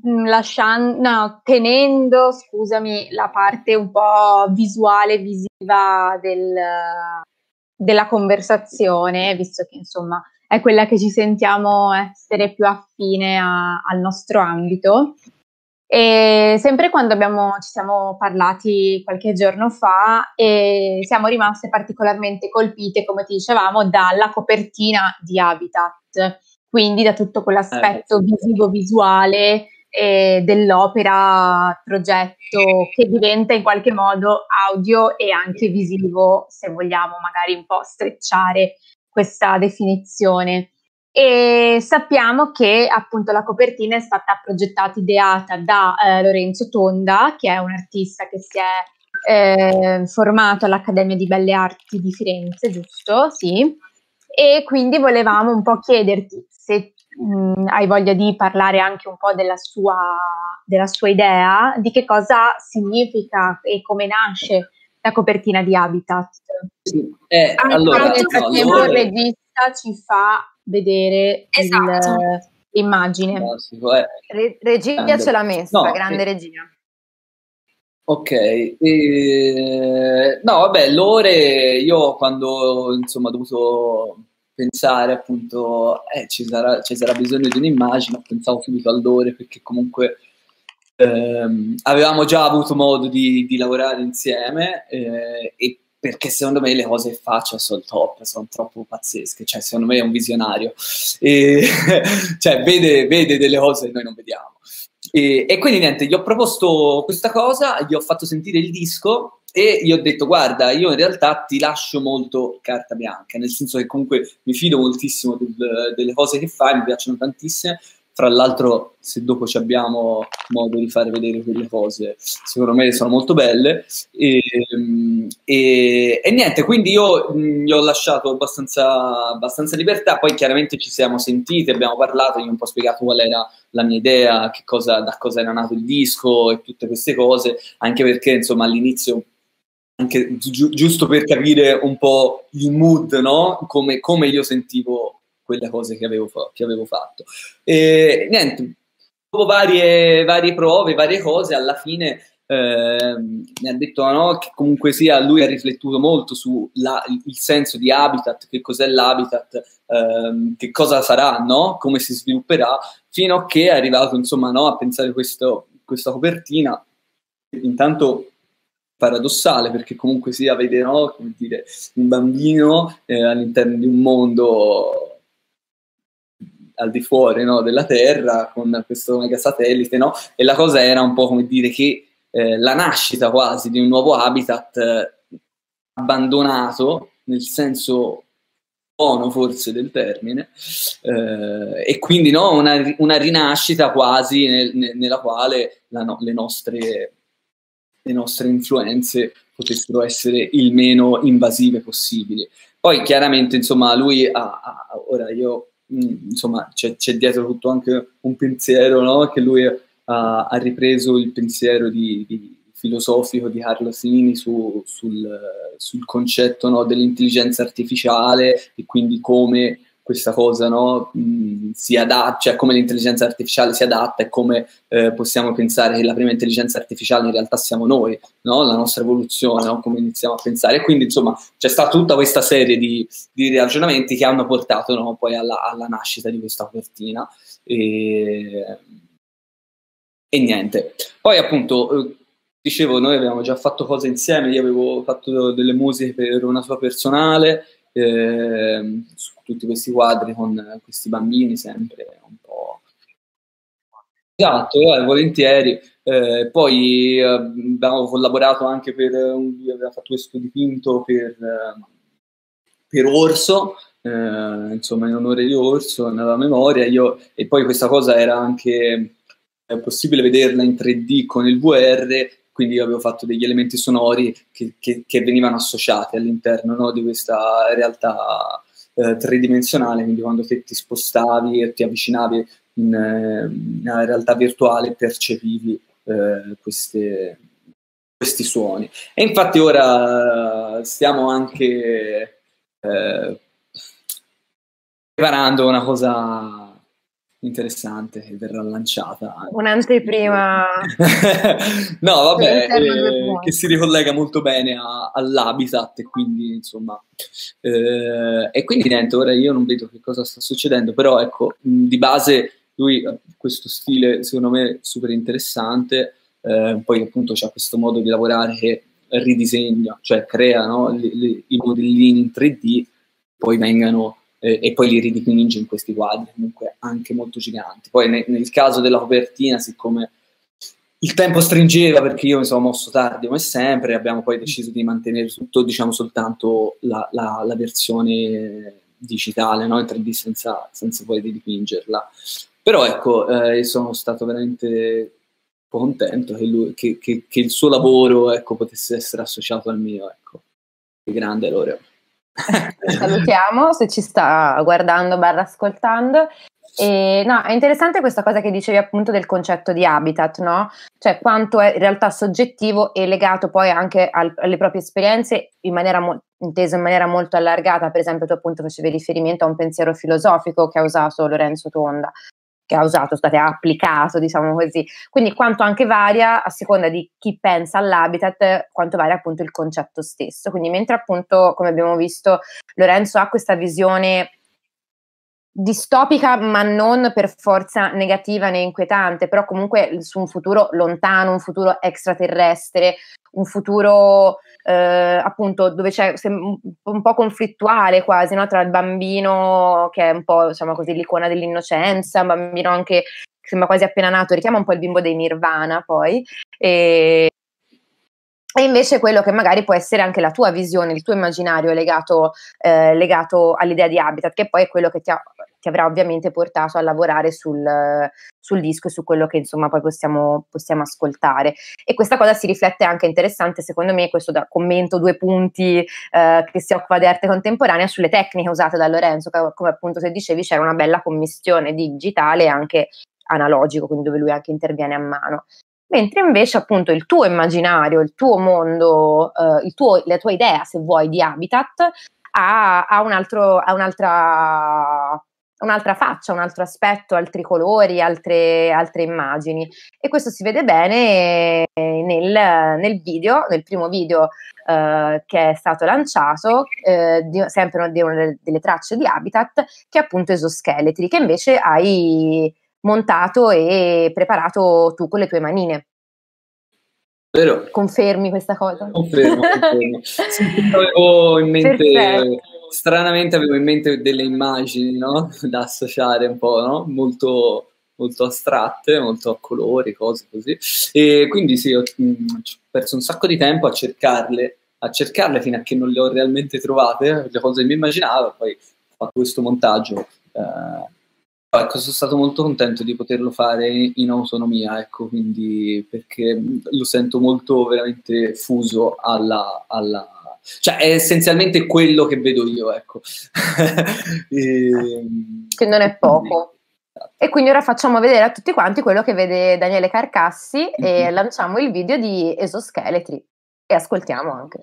tenendo, scusami, la parte un po' visuale, visiva della conversazione, visto che insomma è quella che ci sentiamo essere più affine al nostro ambito. E sempre quando ci siamo parlati qualche giorno fa e siamo rimaste particolarmente colpite, come ti dicevamo, dalla copertina di Habitat, quindi da tutto quell'aspetto visivo-visuale dell'opera progetto che diventa in qualche modo audio e anche visivo, se vogliamo magari un po' strecciare questa definizione. E sappiamo che appunto la copertina è stata progettata, ideata da Lorenzo Tonda, che è un artista che si è formato all'Accademia di Belle Arti di Firenze, giusto? Sì. E quindi volevamo un po' chiederti se hai voglia di parlare anche un po' della sua idea, di che cosa significa e come nasce la copertina di Habitat. Allora, nel frattempo il regista ci fa vedere l'immagine. Regia ce l'ha messa, grande regia. Ok, no vabbè, Lore, io quando insomma ho dovuto pensare appunto ci sarà bisogno di un'immagine, pensavo subito a Lore perché comunque avevamo già avuto modo di lavorare insieme e perché secondo me le cose che faccia sono top, sono troppo pazzesche, cioè secondo me è un visionario, cioè vede delle cose che noi non vediamo. E quindi niente, gli ho proposto questa cosa, gli ho fatto sentire il disco e gli ho detto guarda, io in realtà ti lascio molto carta bianca, nel senso che comunque mi fido moltissimo delle cose che fai, mi piacciono tantissime. Fra l'altro, se dopo ci abbiamo modo di fare vedere quelle cose, secondo me sono molto belle. E niente, quindi io gli ho lasciato abbastanza libertà. Poi chiaramente ci siamo sentiti, abbiamo parlato, gli ho un po' spiegato qual era la mia idea, da cosa era nato il disco e tutte queste cose, anche perché insomma all'inizio, anche giusto per capire un po' il mood, no? Come io sentivo quelle cose che avevo fatto. E niente, dopo varie prove, varie cose, alla fine mi ha detto no, che comunque sia lui ha riflettuto molto su il senso di Habitat, che cos'è l'Habitat, che cosa sarà, no? Come si svilupperà, fino a che è arrivato insomma no, a pensare questa copertina, intanto paradossale, perché comunque sia vedere no, come dire, un bambino all'interno di un mondo al di fuori no, della Terra con questo mega satellite, no? E la cosa era un po' come dire che la nascita quasi di un nuovo habitat abbandonato nel senso buono forse del termine e quindi no, una rinascita quasi nella quale le nostre influenze potessero essere il meno invasive possibili. Poi chiaramente insomma lui ora io insomma c'è dietro tutto anche un pensiero no? Che lui ha ripreso il pensiero filosofico di Carlo Sini sul concetto no? dell'intelligenza artificiale e quindi come questa cosa no? Si adatta, cioè come l'intelligenza artificiale si adatta e come possiamo pensare che la prima intelligenza artificiale in realtà siamo noi, no? La nostra evoluzione, no? Come iniziamo a pensare. E quindi insomma c'è stata tutta questa serie di ragionamenti che hanno portato no? Poi alla nascita di questa copertina e niente. Poi appunto dicevo, noi abbiamo già fatto cose insieme, io avevo fatto delle musiche per una sua personale su tutti questi quadri con questi bambini sempre un po'. Esatto, volentieri. Poi abbiamo collaborato anche lui aveva fatto questo dipinto per Orso, insomma in onore di Orso, nella memoria. E poi questa cosa era anche possibile vederla in 3D con il VR, quindi io avevo fatto degli elementi sonori che venivano associati all'interno no, di questa realtà tridimensionale, quindi quando te ti spostavi e ti avvicinavi nella realtà virtuale percepivi questi suoni. E infatti ora stiamo anche preparando una cosa interessante che verrà lanciata. Un'anteprima. No, vabbè, che si ricollega molto bene all'habitat e quindi insomma e quindi niente, ora io non vedo che cosa sta succedendo, però ecco, di base lui ha questo stile secondo me super interessante, poi appunto c'ha questo modo di lavorare che ridisegna, cioè crea no, i modellini in 3D, poi vengano e poi li ridipinge in questi quadri comunque anche molto giganti. Poi nel caso della copertina, siccome il tempo stringeva perché io mi sono mosso tardi come sempre, abbiamo poi deciso di mantenere tutto, diciamo soltanto la versione digitale, no? In 3D senza poi ridipingerla. Però ecco, sono stato veramente contento che il suo lavoro ecco, potesse essere associato al mio. Ecco. Grande Lore. Salutiamo se ci sta guardando / ascoltando. No, è interessante questa cosa che dicevi appunto del concetto di habitat, no? Cioè quanto è in realtà soggettivo e legato poi anche alle proprie esperienze inteso in maniera molto allargata. Per esempio tu appunto facevi riferimento a un pensiero filosofico che ha usato Lorenzo Tonda, ha applicato, diciamo così. Quindi quanto anche varia a seconda di chi pensa all'habitat, quanto varia appunto il concetto stesso. Quindi mentre appunto, come abbiamo visto, Lorenzo ha questa visione distopica, ma non per forza negativa né inquietante, però comunque su un futuro lontano, un futuro extraterrestre, un futuro appunto dove c'è un po' conflittuale quasi, no? Tra il bambino che è un po', diciamo così, l'icona dell'innocenza, un bambino anche che sembra quasi appena nato, richiama un po' il bimbo dei Nirvana poi, e invece quello che magari può essere anche la tua visione, il tuo immaginario legato all'idea di habitat, che poi è quello che ti avrà ovviamente portato a lavorare sul disco e su quello che insomma poi possiamo ascoltare. E questa cosa si riflette anche, interessante secondo me, questo commento 2 punti che si occupa di arte contemporanea, sulle tecniche usate da Lorenzo, come appunto se dicevi c'era una bella commistione digitale e anche analogico, quindi dove lui anche interviene a mano. Mentre invece appunto il tuo immaginario, il tuo mondo, la tua idea, se vuoi, di habitat ha un'altra faccia, un altro aspetto, altri colori, altre immagini, e questo si vede bene nel primo video che è stato lanciato, sempre di una delle tracce di Habitat, che è appunto Esoscheletri, che invece hai montato e preparato tu con le tue manine. Vero? Confermi questa cosa? Confermo. Sì, avevo in mente, stranamente avevo in mente delle immagini, no? Da associare un po', no? Molto, molto astratte, molto a colori, cose così. E quindi sì, ho perso un sacco di tempo a cercarle fino a che non le ho realmente trovate, le cose che mi immaginavo, poi ho fatto questo montaggio. Ecco, sono stato molto contento di poterlo fare in autonomia, ecco, quindi perché lo sento molto veramente fuso cioè è essenzialmente quello che vedo io, ecco. Che non è poco. E quindi ora facciamo vedere a tutti quanti quello che vede Daniele Carcassi e lanciamo il video di Esoscheletri e ascoltiamo anche.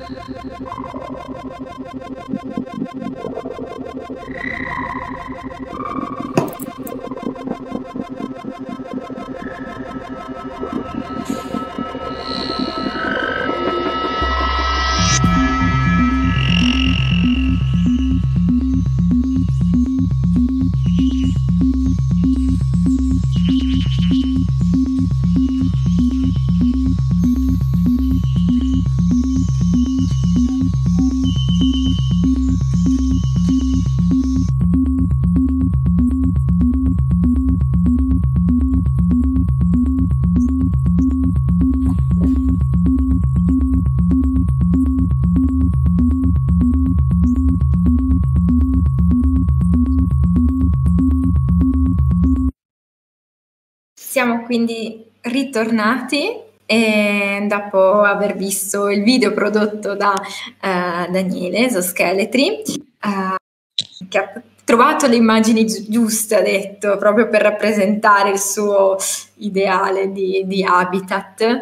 Siamo quindi ritornati dopo aver visto il video prodotto da Daniele Esoscheletri, che ha trovato le immagini giuste, ha detto, proprio per rappresentare il suo ideale di habitat,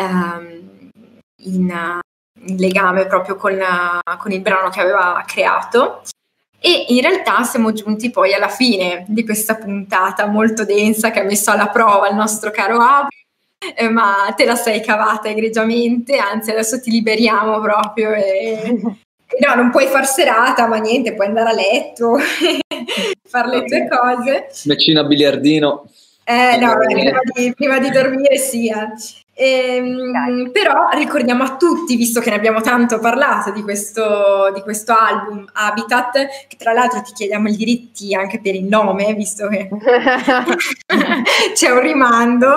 in legame proprio con il brano che aveva creato. E in realtà siamo giunti poi alla fine di questa puntata molto densa che ha messo alla prova il nostro caro Abu, ma te la sei cavata egregiamente, anzi adesso ti liberiamo proprio no, non puoi far serata, ma niente, puoi andare a letto, fare le tue cose. Meccina a biliardino. No, prima di dormire sia. Però ricordiamo a tutti, visto che ne abbiamo tanto parlato di questo album Habitat, che tra l'altro ti chiediamo i diritti anche per il nome, visto che c'è un rimando.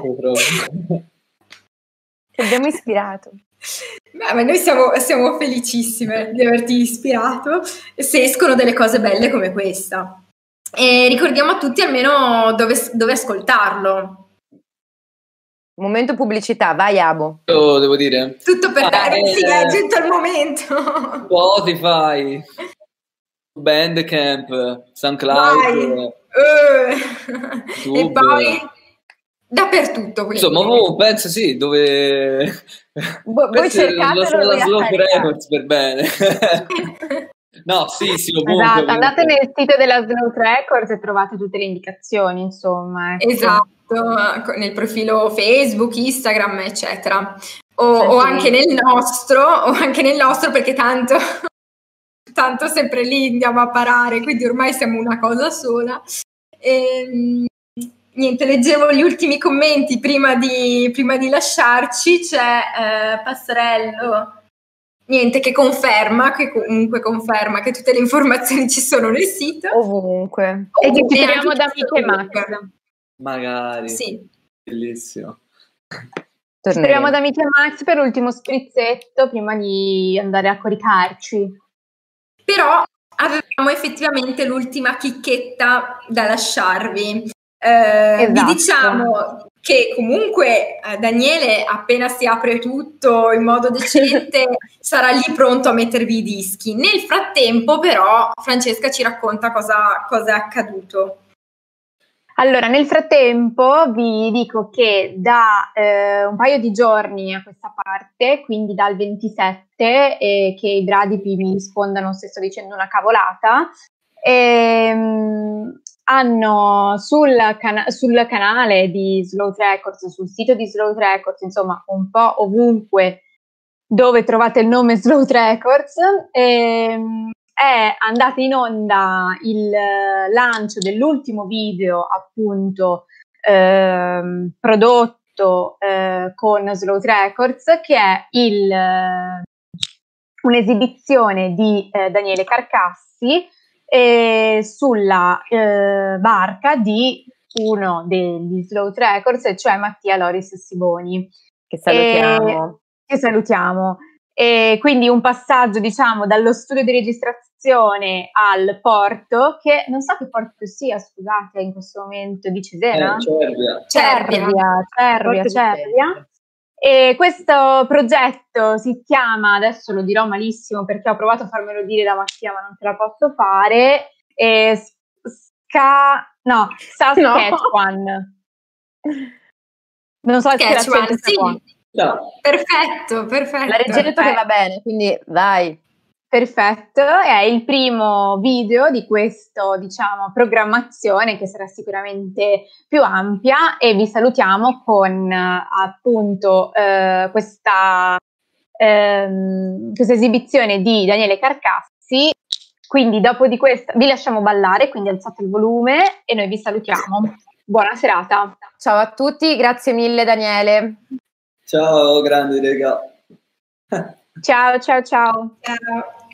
Ti abbiamo ispirato. Beh, ma noi siamo felicissime di averti ispirato se escono delle cose belle come questa. E ricordiamo a tutti almeno dove ascoltarlo. Momento pubblicità, vai Abu. Io devo dire? Tutto per te, sì, è giunto il momento. Spotify, Bandcamp, SoundCloud, e poi dappertutto. Quindi. Insomma, penso sì, dove... Voi cercatelo la Slow Records per bene. No, sì, ovunque. Esatto, andate nel sito della Slow Records e trovate tutte le indicazioni, insomma. Ecco. Esatto, nel profilo Facebook, Instagram, eccetera. O anche nel nostro, perché tanto sempre lì andiamo a parare, quindi ormai siamo una cosa sola. Niente, leggevo gli ultimi commenti prima di lasciarci. C'è Passarello, niente, che conferma che tutte le informazioni ci sono nel sito ovunque, e che speriamo da Amiche Max. Magari sì, bellissimo. Speriamo da Amiche Max per l'ultimo sprizzetto prima di andare a coricarci. Però avevamo effettivamente l'ultima chicchetta da lasciarvi. Vi diciamo che comunque Daniele, appena si apre tutto in modo decente, sarà lì pronto a mettervi i dischi. Nel frattempo però Francesca ci racconta cosa è accaduto. Allora, nel frattempo vi dico che da un paio di giorni a questa parte, quindi dal 27, che i Bradipi mi rispondano se sto dicendo una cavolata, hanno sul canale di Slow Records, sul sito di Slow Records, insomma un po' ovunque dove trovate il nome Slow Records, è andato in onda il lancio dell'ultimo video appunto prodotto con Slow Records, che è un'esibizione di Daniele Carcassi sulla barca di uno degli Slow Records, cioè Mattia Loris Siboni, che salutiamo. E quindi un passaggio, diciamo, dallo studio di registrazione al porto, che non so che porto sia, scusate, in questo momento, di Cesena? Cervia. E questo progetto si chiama, adesso lo dirò malissimo perché ho provato a farmelo dire da Mattia ma non ce la posso fare, Saskatchewan. Non so se la sì. Ciao. Perfetto. La regia ha detto che va bene, quindi vai. Perfetto, è il primo video di questo, diciamo, programmazione che sarà sicuramente più ampia, e vi salutiamo con appunto questa esibizione di Daniele Carcassi. Quindi dopo di questa vi lasciamo ballare, quindi alzate il volume e noi vi salutiamo. Buona serata. Ciao a tutti, grazie mille Daniele. Ciao, grande raga. Ciao. Ciao.